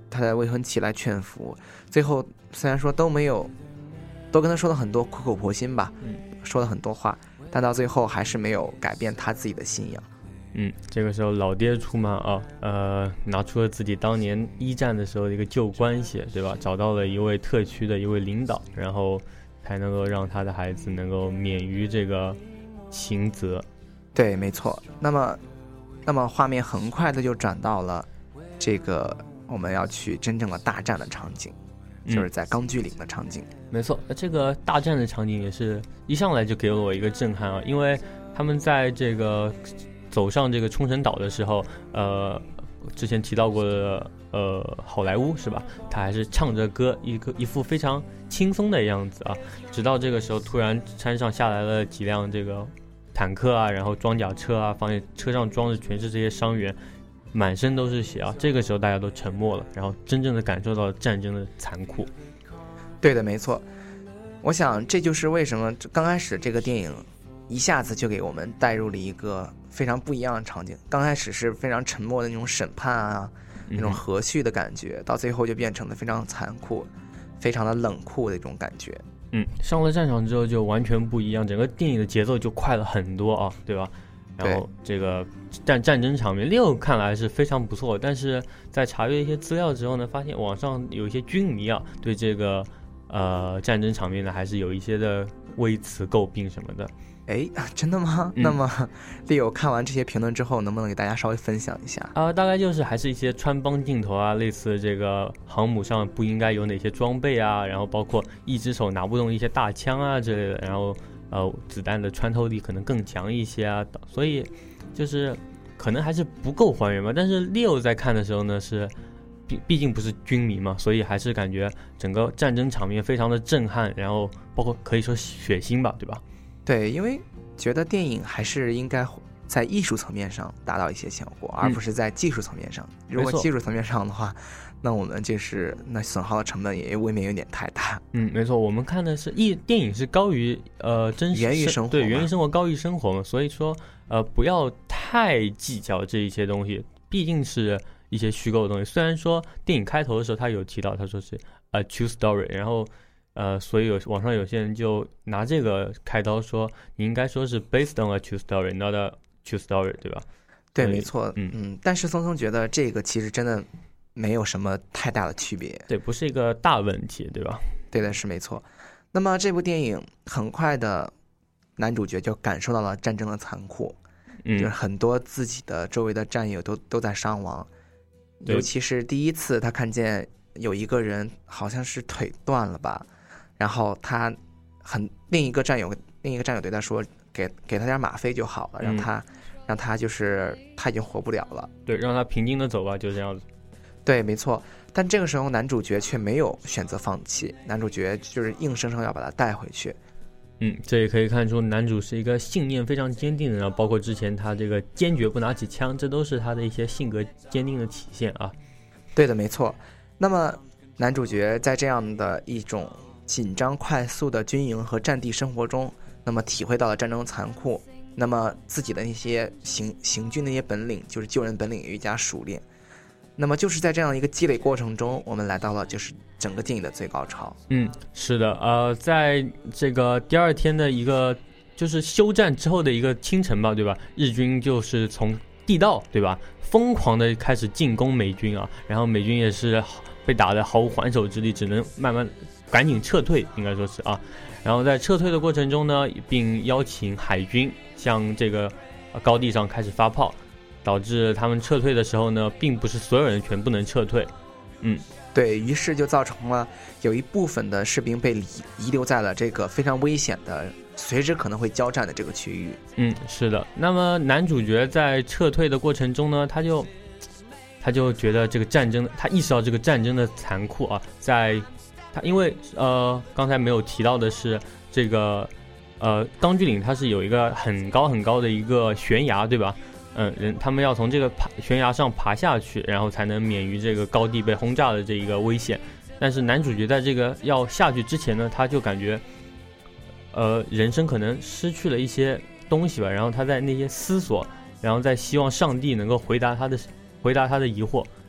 他的未婚妻来劝服，最后虽然说都没有，都跟他说了很多苦口婆心吧， 嗯， 说了很多话，但到最后还是没有改变他自己的信仰。 嗯，这个时候老爹出马啊，呃，拿出了自己当年一战的时候的一个旧关系，对吧？找到了一位特区的一位领导，然后才能够让他的孩子能够免于这个刑责。 对，没错。那么，那么画面很快的就转到了这个我们要去真正的大战的场景，就是在钢锯岭的场景。 嗯、没错，这个大战的场景也是一上来就给了我一个震撼啊，因为他们在这个走上这个冲绳岛的时候，呃，之前提到过的，呃，好莱坞是吧？他还是唱着歌，一个一副非常轻松的样子啊。直到这个时候，突然山上下来了几辆这个坦克啊，然后装甲车啊，发现车上装的全是这些伤员，满身都是血啊。这个时候大家都沉默了，然后真正的感受到了战争的残酷。 对的，没错。我想这就是为什么刚开始这个电影一下子就给我们带入了一个非常不一样的场景。刚开始是非常沉默的那种审判啊，那种和煦的感觉，到最后就变成了非常残酷、非常的冷酷的一种感觉。 嗯，上了战场之后就完全不一样，整个电影的节奏就快了很多啊，对吧？然后这个战战争场面，六看来是非常不错，但是在查阅一些资料之后呢，发现网上有一些军迷啊，对这个呃战争场面呢还是有一些的微词诟病什么的。 哎，真的吗？嗯、那么Leo看完这些评论之后，能不能给大家稍微分享一下啊、呃？大概就是还是一些穿帮镜头啊，类似这个航母上不应该有哪些装备啊，然后包括一只手拿不动一些大枪啊之类的，然后呃子弹的穿透力可能更强一些啊，所以就是可能还是不够还原吧。但是 Leo 在看的时候呢，是毕毕竟不是军迷嘛，所以还是感觉整个战争场面非常的震撼，然后包括可以说血腥吧，对吧？ 对，因为觉得电影还是应该在艺术层面上达到一些效果，而不是在技术层面上。嗯、如果技术层面上的话，那我们就是那损耗的成本也未免有点太大。 嗯，没错，我们看的是艺电影是高于呃真实源于生活， 对，源于生活高于生活嘛，所以说呃不要太计较这一些东西，毕竟是一些虚构的东西。虽然说电影开头的时候他有提到，他说是 a true story， 然后。呃，所以有网上有些人就拿这个开刀说，你应该说是 based on a true story, not a true story， 对吧？ 对，没错，嗯嗯。但是松松觉得这个其实真的没有什么太大的区别， 对，不是一个大问题，对吧？ 对的，是没错。那么这部电影很快的，男主角就感受到了战争的残酷，嗯，就是很多自己的周围的战友都都在伤亡，尤其是第一次他看见有一个人好像是腿断了吧。然后他很另一个战友另一个战友对他说，给给他点吗啡就好了，让他、嗯、让他就是他已经活不了了， 对，让他平静的走吧，就这样子。 对，没错。但这个时候男主角却没有选择放弃，男主角就是硬生生要把他带回去。 嗯，这也可以看出男主是一个信念非常坚定的人，包括之前他这个坚决不拿起枪，这都是他的一些性格坚定的体现啊。 对的，没错。那么男主角在这样的一种紧张快速的军营和战地生活中，那么体会到了战争残酷，那么自己的那些行行军那些本领，就是救人本领也愈加熟练。那么就是在这样一个积累过程中，我们来到了就是整个电影的最高潮。 嗯，是的，呃，在这个第二天的一个就是休战之后的一个清晨吧，对吧？日军就是从地道，对吧，疯狂的开始进攻美军啊，然后美军也是被打得毫无还手之力，只能慢慢赶紧撤退，应该说是啊。然后在撤退的过程中呢，并邀请海军向这个高地上开始发炮，导致他们撤退的时候呢，并不是所有人全部能撤退。嗯， 对，于是就造成了有一部分的士兵被遗留在了这个非常危险的、随时可能会交战的这个区域。 嗯，是的。那么男主角在撤退的过程中呢，他就他就觉得这个战争，他意识到这个战争的残酷啊，在他因为呃刚才没有提到的是这个呃钢锯岭它是有一个很高很高的一个悬崖，对吧？嗯，人他们要从这个爬悬崖上爬下去，然后才能免于这个高地被轰炸的这一个危险。但是男主角在这个要下去之前呢，他就感觉呃人生可能失去了一些东西吧，然后他在那些思索，然后在希望上帝能够回答他的回答他的疑惑。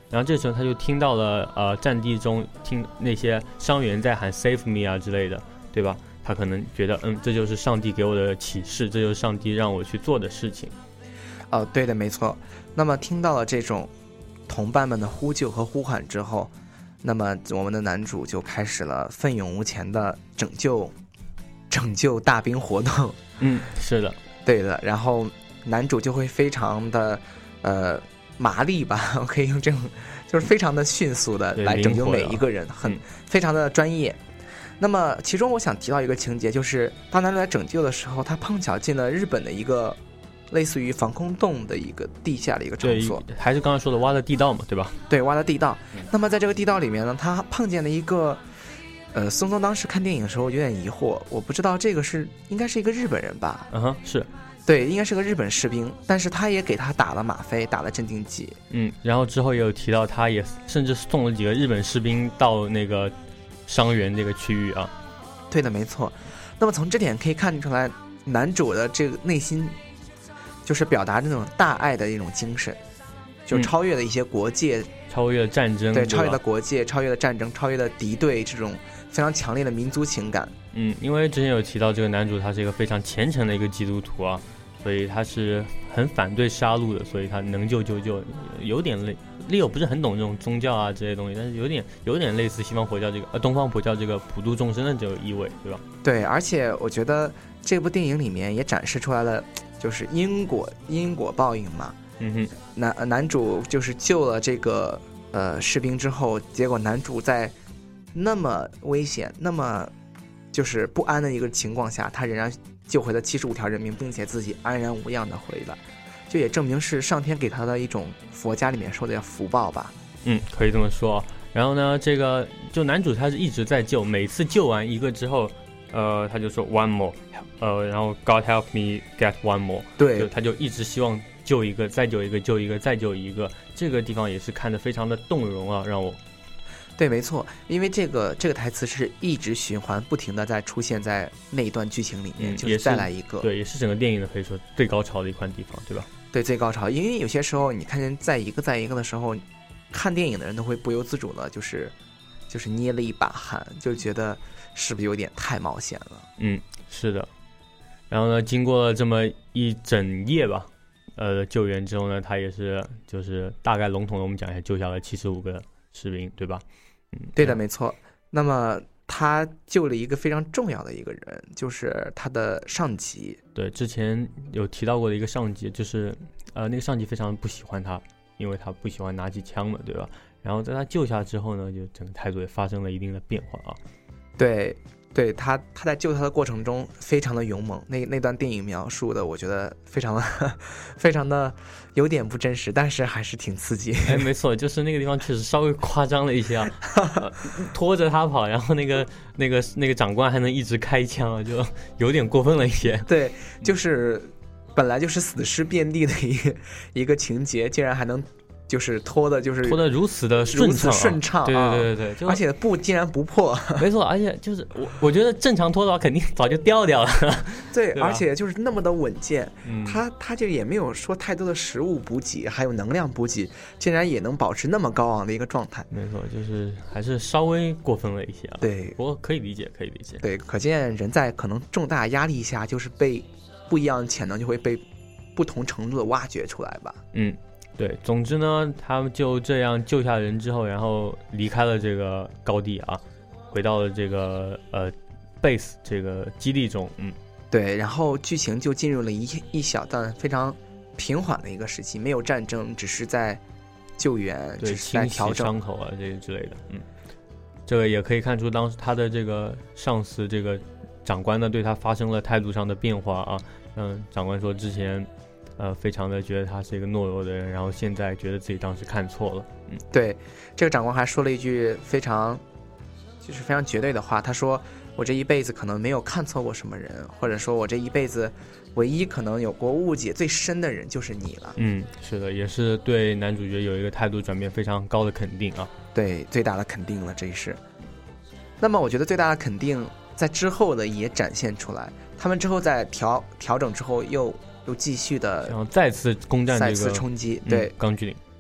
然后这时候他就听到了呃战地中听那些伤员在喊 save me 啊之类的，对吧？他可能觉得嗯这就是上帝给我的启示，这就是上帝让我去做的事情。 哦，对的，没错。那么听到了这种同伴们的呼救和呼喊之后，那么我们的男主就开始了奋勇无前的拯救拯救大兵活动。 嗯，是的， 对的。然后男主就会非常的呃麻利吧，我可以用这种，就是非常的迅速的来拯救每一个人，很、嗯、非常的专业。那么其中我想提到一个情节，就是当男主来拯救的时候，他碰巧进了日本的一个类似于防空洞的一个地下的一个场所， 还是刚刚说的挖的地道嘛，对吧？ 对，挖的地道、嗯、那么在这个地道里面呢，他碰见了一个呃，松松当时看电影的时候有点疑惑，我不知道这个是应该是一个日本人吧？ 嗯哼，是对，应该是个日本士兵，但是他也给他打了吗啡，打了镇定剂。 嗯，然后之后也有提到，他也甚至送了几个日本士兵到那个伤员这个区域啊。 对的，没错。那么从这点可以看出来，男主的这个内心就是表达这种大爱的一种精神，就超越了一些国界， 嗯、超越了战争， 对，超越了国界，超越了战争，超越了敌对这种非常强烈的民族情感。 嗯，因为之前有提到这个男主他是一个非常虔诚的一个基督徒啊，所以他是很反对杀戮的，所以他能救就救，有点类，Leo不是很懂这种宗教啊这些东西，但是有点有点类似西方佛教这个呃东方佛教这个普度众生的这个意味，对吧？ 对，而且我觉得这部电影里面也展示出来了，就是因果因果报应嘛。 嗯哼， 男男主就是救了这个呃士兵之后，结果男主在那么危险、那么就是不安的一个情况下，他仍然救回了七十五条人命，并且自己安然无恙的回来，就也证明是上天给他的一种佛家里面说的福报吧。 嗯，可以这么说。然后呢，这个就男主他是一直在救，每次救完一个之后，呃，他就说 one more， 呃，然后 God help me get one more， 对， 就他就一直希望救一个，再救一个，救一个，再救一个。这个地方也是看得非常的动容啊，让我。 对，没错，因为这个这个台词是一直循环不停的在出现在那一段剧情里面，嗯、就是再来一个， 对，也是整个电影的可以说最高潮的一块地方，对吧？ 对，最高潮，因为有些时候你看见在一个再一个的时候，看电影的人都会不由自主的，就是就是捏了一把汗，就觉得是不是有点太冒险了？ 嗯，是的。然后呢，经过了这么一整夜吧，呃，救援之后呢，他也是就是大概笼统的我们讲一下，救下了七十五个士兵，对吧？嗯， 对的，没错。那么他救了一个非常重要的一个人，就是他的上级。 对，之前有提到过的一个上级，就是呃，那个上级非常不喜欢他，因为他不喜欢拿起枪嘛，对吧？然后在他救下之后呢，就整个态度也发生了一定的变化啊。 对，对他他在救他的过程中非常的勇猛，那那段电影描述的，我觉得非常的非常的有点不真实，但是还是挺刺激。 哎，没错，就是那个地方确实稍微夸张了一些啊，呃、拖着他跑，然后那个那个那个长官还能一直开枪啊，就有点过分了一些。 对，就是本来就是死尸遍地的一个一个情节，竟然还能。就是拖的，就是拖得如此的顺畅、啊， 顺畅、啊， 对对对对， 而且布竟然不破， 没错，而且就是我我觉得正常拖的话，肯定早就掉掉了， 对，对而且就是那么的稳健， 嗯、 他他就也没有说太多的食物补给，还有能量补给，竟然也能保持那么高昂的一个状态， 没错，就是还是稍微过分了一些啊， 对， 不过可以理解，可以理解， 对，可见人在可能重大压力下，就是被不一样的潜能就会被不同程度的挖掘出来吧， 嗯。对，总之呢，他们就这样救下人之后，然后离开了这个高地啊，回到了这个呃 base 这个基地中，嗯， 对，然后剧情就进入了一一小段非常平缓的一个时期，没有战争，只是在救援， 对， 只是在调整伤口啊这些之类的，嗯，这个也可以看出当时他的这个上司这个长官呢，对他发生了态度上的变化啊，嗯，长官说之前。呃，非常的觉得他是一个懦弱的人，然后现在觉得自己当时看错了。嗯， 对，这个长官还说了一句非常，就是非常绝对的话。他说：“我这一辈子可能没有看错过什么人，或者说我这一辈子唯一可能有过误解最深的人就是你了。” 嗯，是的，也是对男主角有一个态度转变非常高的肯定啊。 对，最大的肯定了，这一是。那么我觉得最大的肯定在之后的也展现出来，他们之后在调调整之后又。又继续的， 然后再次攻占这个再次冲击，对钢锯岭，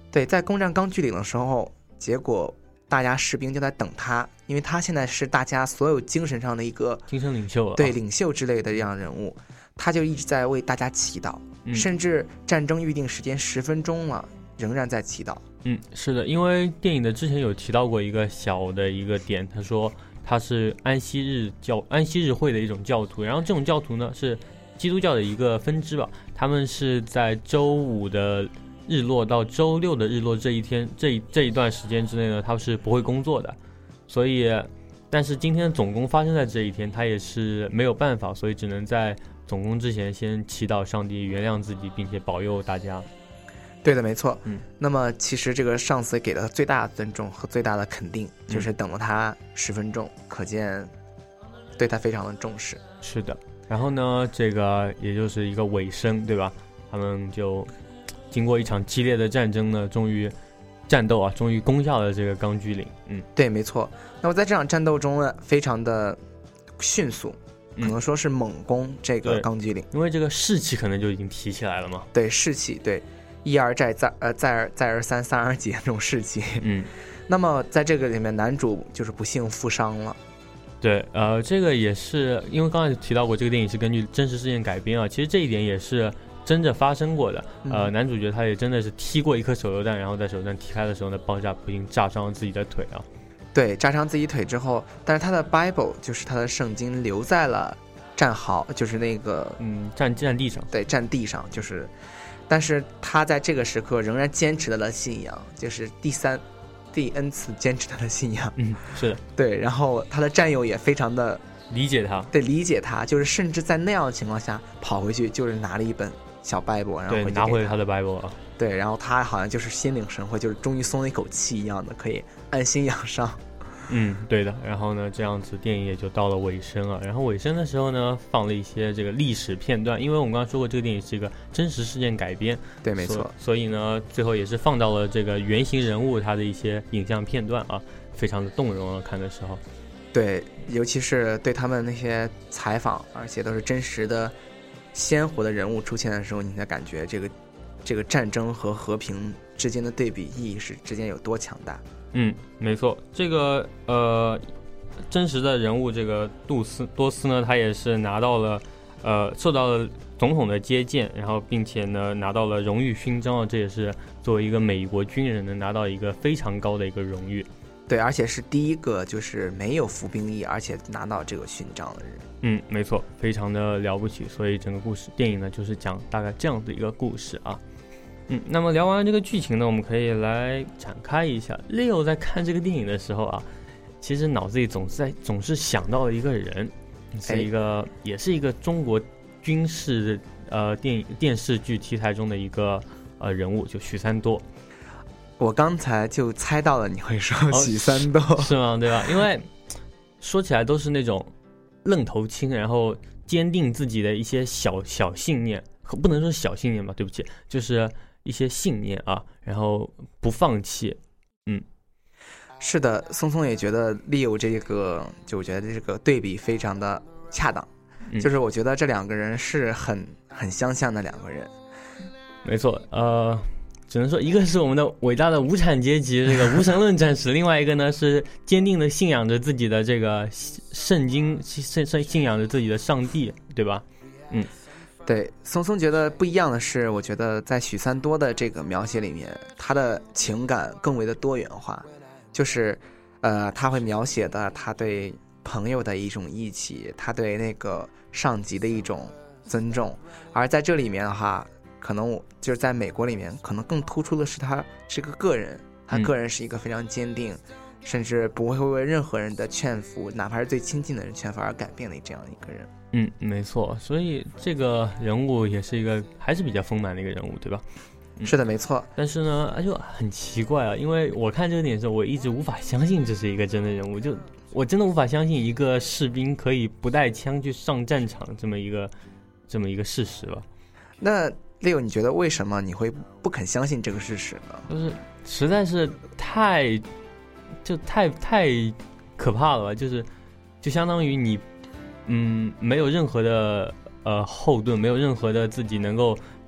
对，在攻占钢锯岭的时候，结果大家士兵就在等他，因为他现在是大家所有精神上的一个精神领袖了、啊， 对领袖之类的这样人物，他就一直在为大家祈祷，嗯、甚至战争预定时间十分钟了，仍然在祈祷。 嗯，是的，因为电影的之前有提到过一个小的一个点，他说他是安息日教安息日会的一种教徒，然后这种教徒呢是基督教的一个分支吧，他们是在周五的日落到周六的日落这一天这一这一段时间之内呢，他是不会工作的，所以但是今天的总攻发生在这一天，他也是没有办法，所以只能在总攻之前先祈祷上帝原谅自己，并且保佑大家。 对的，没错。 嗯， 那么其实这个上司给了他最大的尊重和最大的肯定， 嗯、 就是等了他十分钟，可见对他非常的重视。 是的，然后呢，这个也就是一个尾声，对吧？他们就经过一场激烈的战争呢，终于战斗啊，终于攻下了这个钢锯岭。嗯， 对，没错。那么在这场战斗中呢，非常的迅速，可能说是猛攻这个钢锯岭， 因为这个士气可能就已经提起来了嘛。 对，士气，对，一而再，再呃再而再而三，三而竭这种士气。 嗯， 那么在这个里面，男主就是不幸负伤了。 对，呃，这个也是因为刚才提到过，这个电影是根据真实事件改编啊。其实这一点也是真的发生过的。呃， 嗯、 男主角他也真的是踢过一颗手榴弹，然后在手榴弹踢开的时候呢，爆炸不幸炸伤了自己的腿啊。 对，炸伤自己腿之后，但是他的 Bible 就是他的圣经留在了战壕，就是那个嗯战战地上。 对，战地上就是，但是他在这个时刻仍然坚持了信仰，就是第三。第 N 次坚持他的信仰。 嗯，是的， 对，然后他的战友也非常的理解他， 对，理解他，就是甚至在那样的情况下跑回去，就是拿了一本小 Bible， 然后对拿回了他的 Bible 啊， 对，然后他好像就是心领神会，就是终于松了一口气一样的，可以安心养伤。 嗯，对的。然后呢，这样子电影也就到了尾声了。然后尾声的时候呢，放了一些这个历史片段，因为我们刚刚说过，这个电影是一个真实事件改编， 对，没错。 所, 所以呢，最后也是放到了这个原型人物他的一些影像片段啊，非常的动容了，看的时候。 对，尤其是对他们那些采访，而且都是真实的、鲜活的人物出现的时候，你才感觉这个这个战争和和平之间的对比意识之间有多强大。 嗯，没错，这个呃，真实的人物这个杜斯多斯呢，他也是拿到了呃，受到了总统的接见，然后并且呢拿到了荣誉勋章，这也是作为一个美国军人能拿到一个非常高的一个荣誉。 对，而且是第一个就是没有服兵役，而且拿到这个勋章的人。 嗯，没错，非常的了不起。所以整个故事电影呢，就是讲大概这样的一个故事啊。嗯，那么聊完这个剧情呢，我们可以来展开一下。Leo 在看这个电影的时候啊，其实脑子里总是在总是想到了一个人，是一个、哎、也是一个中国军事呃电影电视剧题材中的一个呃人物，就许三多。 我刚才就猜到了你会说许三多、 哦、是吗？对吧？因为说起来都是那种愣头青，然后坚定自己的一些小小信念，不能说小信念吧，对不起，就是一些信念啊，然后不放弃。嗯， 是的，松松也觉得 Leo 这个，就我觉得这个对比非常的恰当、嗯、就是我觉得这两个人是很很相像的两个人。 没错，呃只能说一个是我们的伟大的无产阶级这个无神论战士，另外一个呢是坚定的信仰着自己的这个圣经，信信仰着自己的上帝，对吧？嗯， 对。松松觉得不一样的是，我觉得在许三多的这个描写里面，他的情感更为的多元化，就是呃他会描写的他对朋友的一种义气，他对那个上级的一种尊重，而在这里面的话，可能我就是在美国里面，可能更突出的是他是个个人，他个人是一个非常坚定、嗯、甚至不会为任何人的劝服，哪怕是最亲近的人劝服而改变的这样一个人。 嗯，没错，所以这个人物也是一个还是比较丰满的一个人物，对吧？ 嗯、是的，没错。 但是呢，就很奇怪啊，因为我看这个电影的时候，我一直无法相信这是一个真的人物，就我真的无法相信一个士兵可以不带枪去上战场这么一个这么一个事实吧。 那Leo，你觉得为什么你会不肯相信这个事实呢？ 就是实在是太，就太太可怕了吧？就是就相当于你，嗯，没有任何的呃后盾，没有任何的自己能够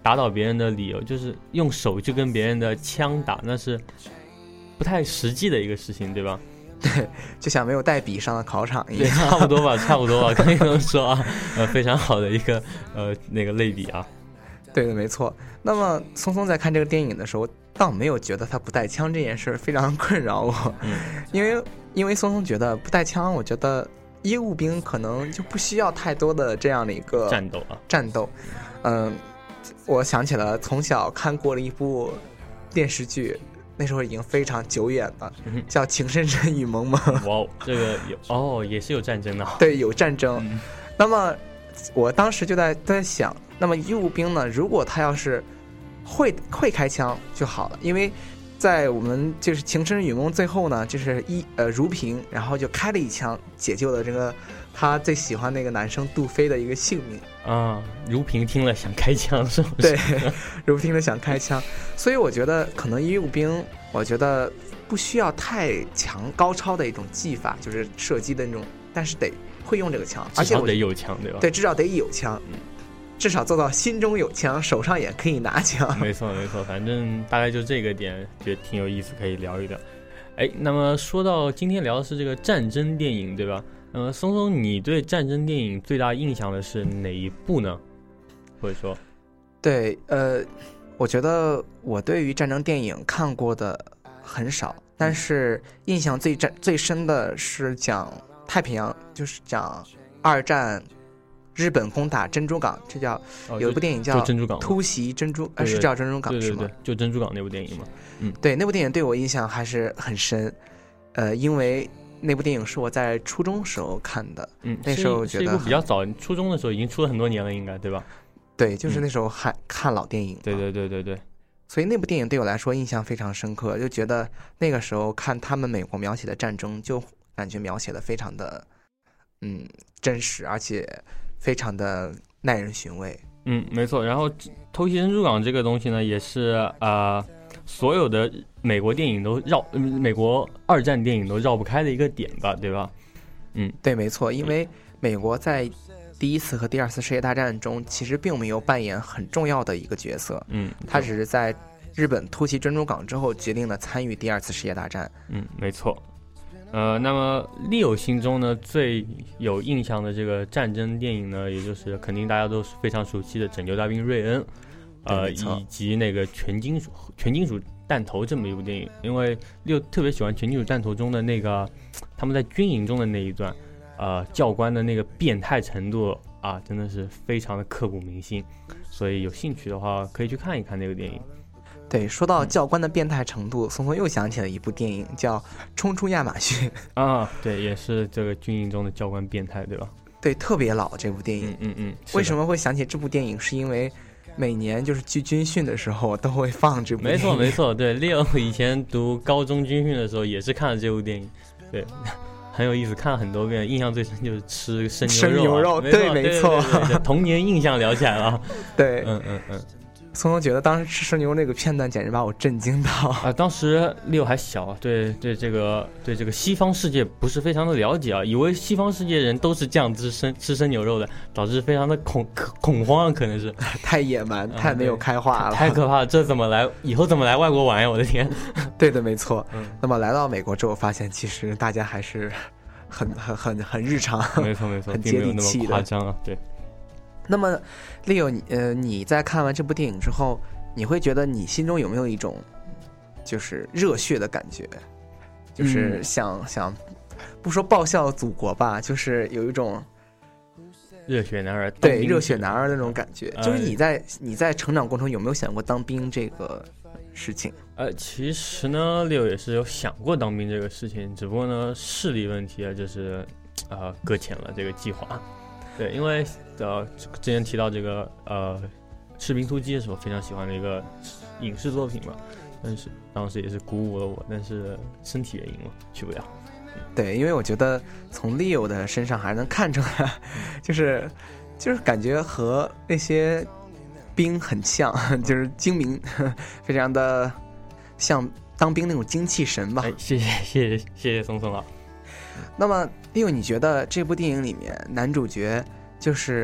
打倒别人的理由，就是用手去跟别人的枪打，那是不太实际的一个事情，对吧？ 对，就像没有带笔上的考场一对， 样。 差不多吧，差不多吧，可以这么说啊。呃，非常好的一个呃那个类比啊。 对的，没错。那么松松在看这个电影的时候，倒没有觉得他不带枪这件事非常困扰我， 嗯， 因为因为松松觉得不带枪，我觉得医务兵可能就不需要太多的这样的一个战斗啊， 战斗。嗯、呃，我想起了从小看过的一部电视剧。那时候已经非常久远了， 嗯、 叫《情深深雨蒙蒙》。 哇，这个有哦，也是有战争的。 对，有战争。 嗯、 那么我当时就在在想，那么医务兵呢，如果他要是会会开枪就好了，因为在我们就是《情深深雨蒙》最后呢，就是一呃如萍，然后就开了一枪，解救了这个他最喜欢那个男生杜飞的一个性命。 啊，如萍听了想开枪是不是？对，如萍听了想开枪，所以我觉得可能医务兵，我觉得不需要太强高超的一种技法，就是射击的那种，但是得会用这个枪，而且至少得有枪，对吧？ 对，至少得有枪，嗯，至少做到心中有枪，手上也可以拿枪。 没错，没错，反正大概就这个点，觉得挺有意思，可以聊一聊。哎，那么说到今天聊的是这个战争电影，对吧？呃，松松，你对战争电影最大印象的是哪一部呢？或者说， 对，呃，我觉得我对于战争电影看过的很少，但是印象最战最深的是讲太平洋，就是讲二战日本攻打珍珠港，这叫、哦、有一部电影叫珍珠港突袭珍珠， 呃， 是叫珍珠港， 对对对， 是吗？ 就珍珠港那部电影嘛。嗯， 对，那部电影对我印象还是很深，呃，因为那部电影是我在初中时候看的， 嗯， 那时候觉得是一部比较早，初中的时候已经出了很多年了，应该对吧？ 对，就是那时候还、嗯、看老电影， 对对对对对， 所以那部电影对我来说印象非常深刻，就觉得那个时候看他们美国描写的战争，就感觉描写的非常的嗯真实，而且非常的耐人寻味。 嗯，没错。然后偷袭珍珠港这个东西呢，也是啊、呃，所有的美国电影都绕，美国二战电影都绕不开的一个点吧，对吧？嗯， 对，没错。因为美国在第一次和第二次世界大战中，其实并没有扮演很重要的一个角色。 嗯， 他只是在日本突袭珍珠港之后，决定了参与第二次世界大战。 嗯，没错。呃，那么Leo心中呢最有印象的这个战争电影呢，也就是肯定大家都是非常熟悉的《拯救大兵瑞恩》，呃，以及那个全金属全金属弹头这么一部电影。因为Leo特别喜欢全金属弹头中的那个他们在军营中的那一段，呃，教官的那个变态程度啊，真的是非常的刻骨铭心。所以有兴趣的话，可以去看一看那个电影。 对，说到教官的变态程度，松松又想起了一部电影叫《冲出亚马逊》 啊，对，也是这个军营中的教官变态，对吧？ 对，特别老这部电影。 嗯嗯嗯。 为什么会想起这部电影？是因为每年就是去军训的时候都会放这部电影。 没错没错，对，Leo以前读高中军训的时候也是看了这部电影，对，很有意思，看了很多遍，印象最深就是吃生牛肉、啊。 生牛肉， 对， 对，没错， 对对对对童年印象聊起来了。 对， 嗯嗯嗯。 松松觉得当时吃生牛那个片段简直把我震惊到啊！当时Leo还小，对对这个对这个西方世界不是非常的了解啊，以为西方世界人都是这样吃生吃生牛肉的，导致非常的恐恐慌，可能是太野蛮，太没有开化了， 太可怕了！这怎么来？以后怎么来外国玩呀？我的天！ 对的，没错。 嗯， 那么来到美国之后，发现其实大家还是很很很很日常， 没错没错， 很接地气的， 夸张啊，对。 那么 Leo， 你呃你在看完这部电影之后，你会觉得你心中有没有一种就是热血的感觉，就是想、嗯、想不说报效祖国吧，就是有一种热血男儿对热血男儿那种感觉、呃、就是你在你在成长过程中有没有想过当兵这个事情？ 呃，其实呢Leo也是有想过当兵这个事情，只不过呢视力问题啊，就是呃搁浅了这个计划。对，因为呃之前提到这个呃士兵突击是我非常喜欢的一个影视作品嘛，但是当时也是鼓舞了我，但是身体原因嘛去不了。 对，因为我觉得从 Leo 的身上还能看出来，就是就是感觉和那些兵很像，就是精明，非常的像当兵那种精气神吧。 哎，谢谢谢谢谢谢松松啊。 那么Leo，你觉得这部电影里面男主角就是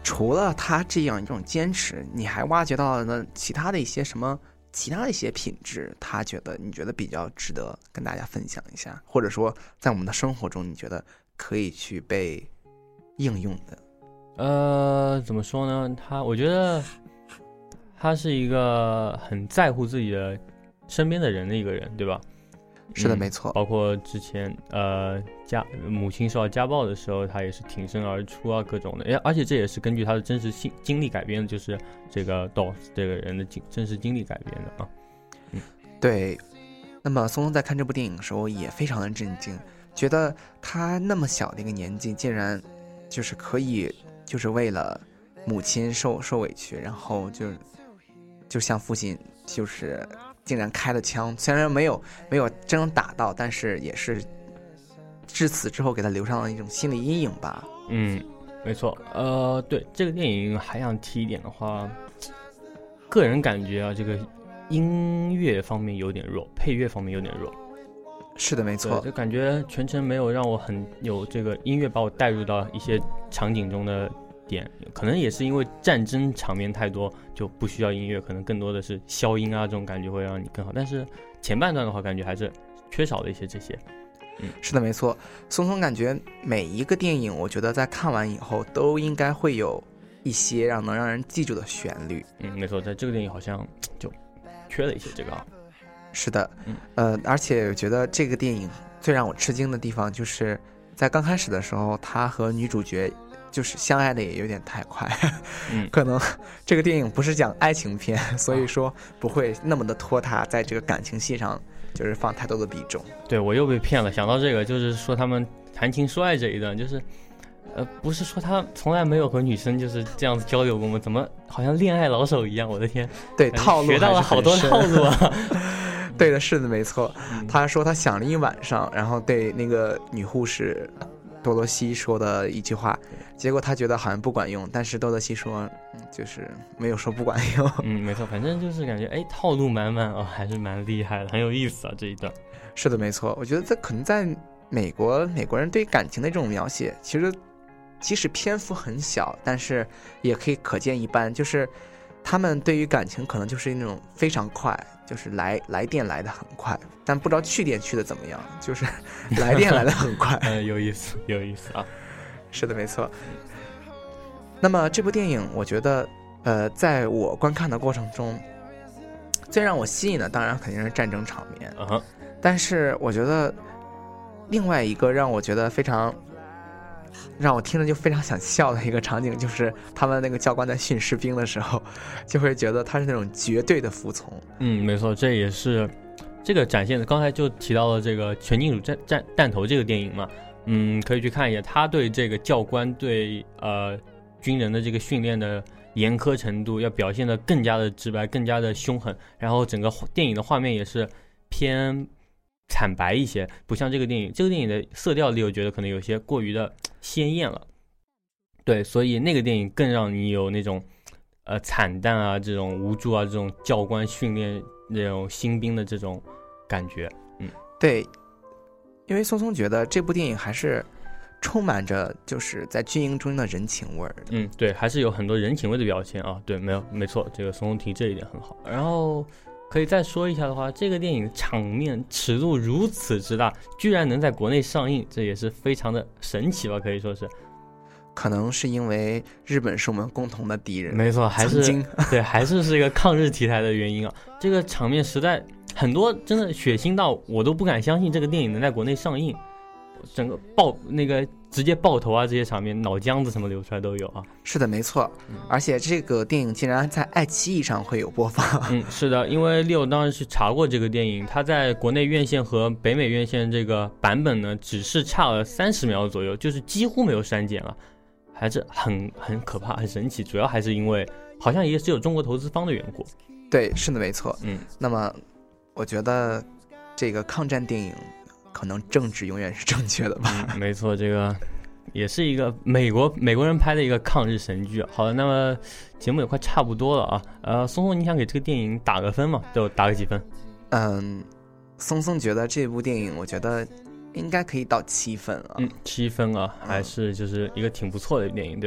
除了他这样一种坚持，你还挖掘到了呢其他的一些什么其他的一些品质，他觉得你觉得比较值得跟大家分享一下，或者说在我们的生活中你觉得可以去被应用的？ 呃，怎么说呢？他我觉得他是一个很在乎自己的身边的人的一个人，对吧？ 是的，没错。 包括之前呃家母亲受到家暴的时候，他也是挺身而出啊，各种的。而且这也是根据他的真实经历改编的，就是这个 Dawes 这个人的真实经历改编的啊。嗯， 对。那么松松在看这部电影的时候也非常的震惊，觉得他那么小的一个年纪，竟然就是可以就是为了母亲受受委屈，然后就就向父亲就是竟然开了枪，虽然没有没有真正打到，但是也是至此之后给他留上了一种心理阴影吧。 嗯，没错。呃，对这个电影还想提一点的话，个人感觉啊，这个音乐方面有点弱，配乐方面有点弱。 是的，没错。 就感觉全程没有让我很有这个音乐把我带入到一些场景中的点，可能也是因为战争场面太多，就不需要音乐，可能更多的是消音啊，这种感觉会让你更好。但是前半段的话，感觉还是缺少了一些这些。嗯， 是的，没错。松松感觉每一个电影，我觉得在看完以后都应该会有一些让能让人记住的旋律。 嗯，没错，在这个电影好像就缺了一些这个啊。 是的， 嗯， 呃，而且我觉得这个电影最让我吃惊的地方，就是在刚开始的时候，他和女主角就是相爱的也有点太快， 嗯， 可能这个电影不是讲爱情片，所以说不会那么的拖沓，在这个感情戏上就是放太多的比重。 对，我又被骗了，想到这个，就是说他们谈情说爱这一段，就是呃，不是说他从来没有和女生就是这样子交流过吗？怎么好像恋爱老手一样？我的天， 对，套路学到了好多套路啊。 对的，是的，没错。他说他想了一晚上，然后对那个女护士多罗西说的一句话，结果他觉得好像不管用，但是多罗西说，嗯，就是没有说不管用。 嗯，没错，反正就是感觉哎，套路满满哦，还是蛮厉害的，很有意思啊这一段。 是的，没错。我觉得这可能在美国，美国人对感情的这种描写，其实即使篇幅很小，但是也可以可见一斑，就是他们对于感情可能就是那种非常快，就是来来电来的很快，但不知道去电去的怎么样，就是来电来的很快。 呃，有意思，有意思啊。 是的，没错。那么这部电影，我觉得，呃，在我观看的过程中，最让我吸引的当然肯定是战争场面， 嗯哼， 但是我觉得另外一个让我觉得非常。让我听着就非常想笑的一个场景，就是他们那个教官在训士兵的时候，就会觉得他是那种绝对的服从。 嗯，没错，这也是这个展现的。刚才就提到了这个全金属弹弹弹头这个电影嘛，嗯，可以去看一下，他对这个教官对呃军人的这个训练的严苛程度，要表现得更加的直白，更加的凶狠，然后整个电影的画面也是偏惨白一些，不像这个电影，这个电影的色调里我觉得可能有些过于的鲜艳了，对，所以那个电影更让你有那种呃惨淡啊，这种无助啊，这种教官训练那种新兵的这种感觉。嗯， 对，因为松松觉得这部电影还是充满着就是在军营中的人情味儿。 嗯，对，还是有很多人情味的表现啊。对，没有没错，这个松松提这一点很好。然后可以再说一下的话，这个电影场面尺度如此之大，居然能在国内上映，这也是非常的神奇吧，可以说是。 可能是因为日本是我们共同的敌人， 没错，还是对，还是是一个抗日题材的原因啊。这个场面实在很多，真的血腥到我都不敢相信这个电影能在国内上映。整个爆那个直接爆头啊，这些场面脑浆子什么流出来都有啊。 是的，没错。嗯、而且这个电影竟然在爱奇艺上会有播放。 嗯，是的，因为Leo当时去查过这个电影，它在国内院线和北美院线这个版本呢，只是差了三十秒左右，就是几乎没有删减了，还是很很可怕，很神奇。主要还是因为好像也是有中国投资方的缘故。 对，是的，没错。 嗯， 那么我觉得这个抗战电影。可能政治永远是正确的吧、 嗯、没错，这个也是一个美国美国人拍的一个抗日神剧。好的，那么节目也快差不多了啊，呃，松松你想给这个电影打个分吗？就打个几分？ 嗯，松松觉得这部电影我觉得应该可以到七分啊。 嗯，七分啊，还是就是一个挺不错的电影，对吧？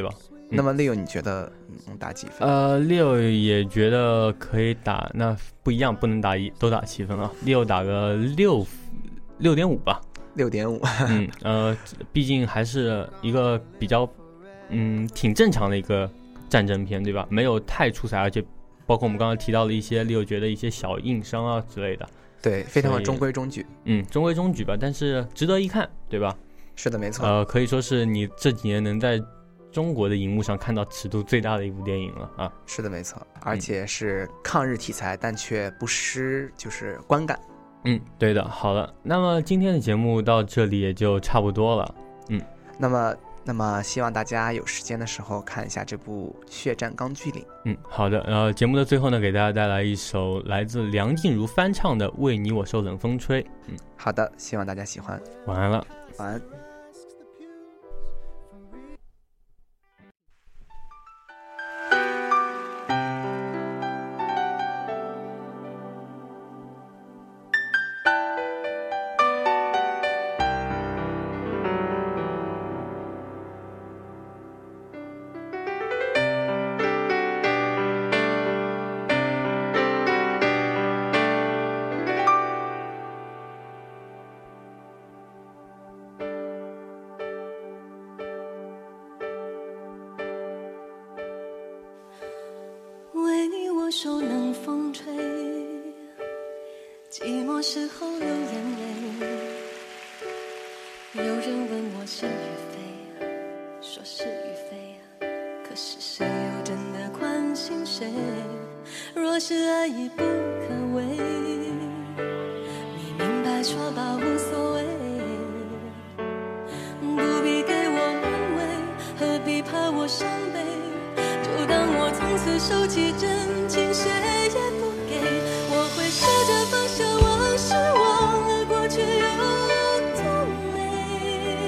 那么六你觉得能打几分？ 呃，六也觉得可以打，那不一样，不能打一都打七分啊，六打个六六点五吧。 六点五。 嗯，呃，毕竟还是一个比较嗯挺正常的一个战争片，对吧？没有太出彩，而且包括我们刚刚提到的一些六觉得一些小硬伤啊之类的。 对，非常的中规中矩。 嗯，中规中矩吧，但是值得一看，对吧？ 是的，没错。 呃，可以说是你这几年能在中国的荧幕上看到尺度最大的一部电影了啊！ 是的，没错，而且是抗日题材，嗯、但却不失就是观感。 嗯，对的。好了，那么今天的节目到这里也就差不多了。嗯， 那么那么希望大家有时间的时候看一下这部《血战钢锯岭》。 嗯，好的。然后节目的最后呢，给大家带来一首来自梁静茹翻唱的《为你我受冷风吹》。嗯， 好的，希望大家喜欢。 晚安了， 晚安。 受冷风吹，寂寞时候流眼泪。有人问我是与非，说是与非，可是谁又真的关心谁？若是爱已不可为，你明白说吧无所谓，不必给我安慰，何必怕我伤悲？就当我从此收起真情，谁也不给。我会试着放下往事，忘了过去有多美，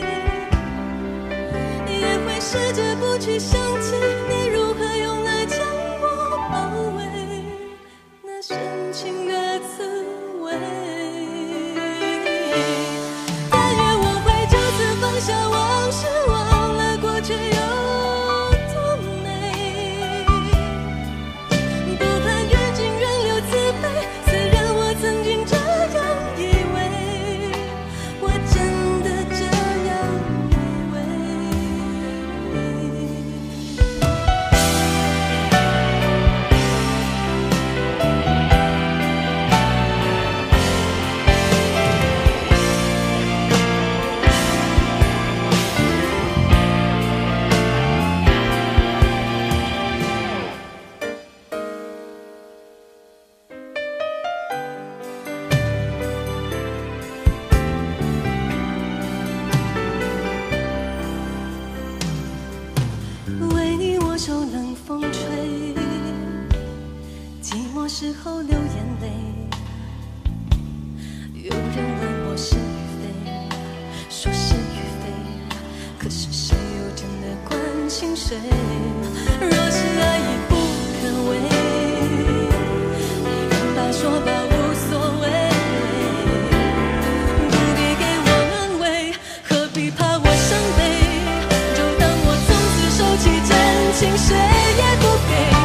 也会试着不去想起你如何用爱将我包围，那深情的滋味。但愿我会就此放下往事，忘了过去有时候流眼泪。有人问我是与非，说是与非，可是谁又真的关心谁？若是爱已不可为，你明白说吧无所谓，不必给我安慰，何必怕我伤悲？就当我从此收起真情，谁也不给。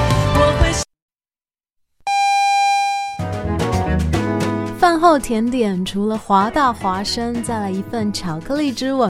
饭后甜点除了华大华生，再来一份巧克力之吻。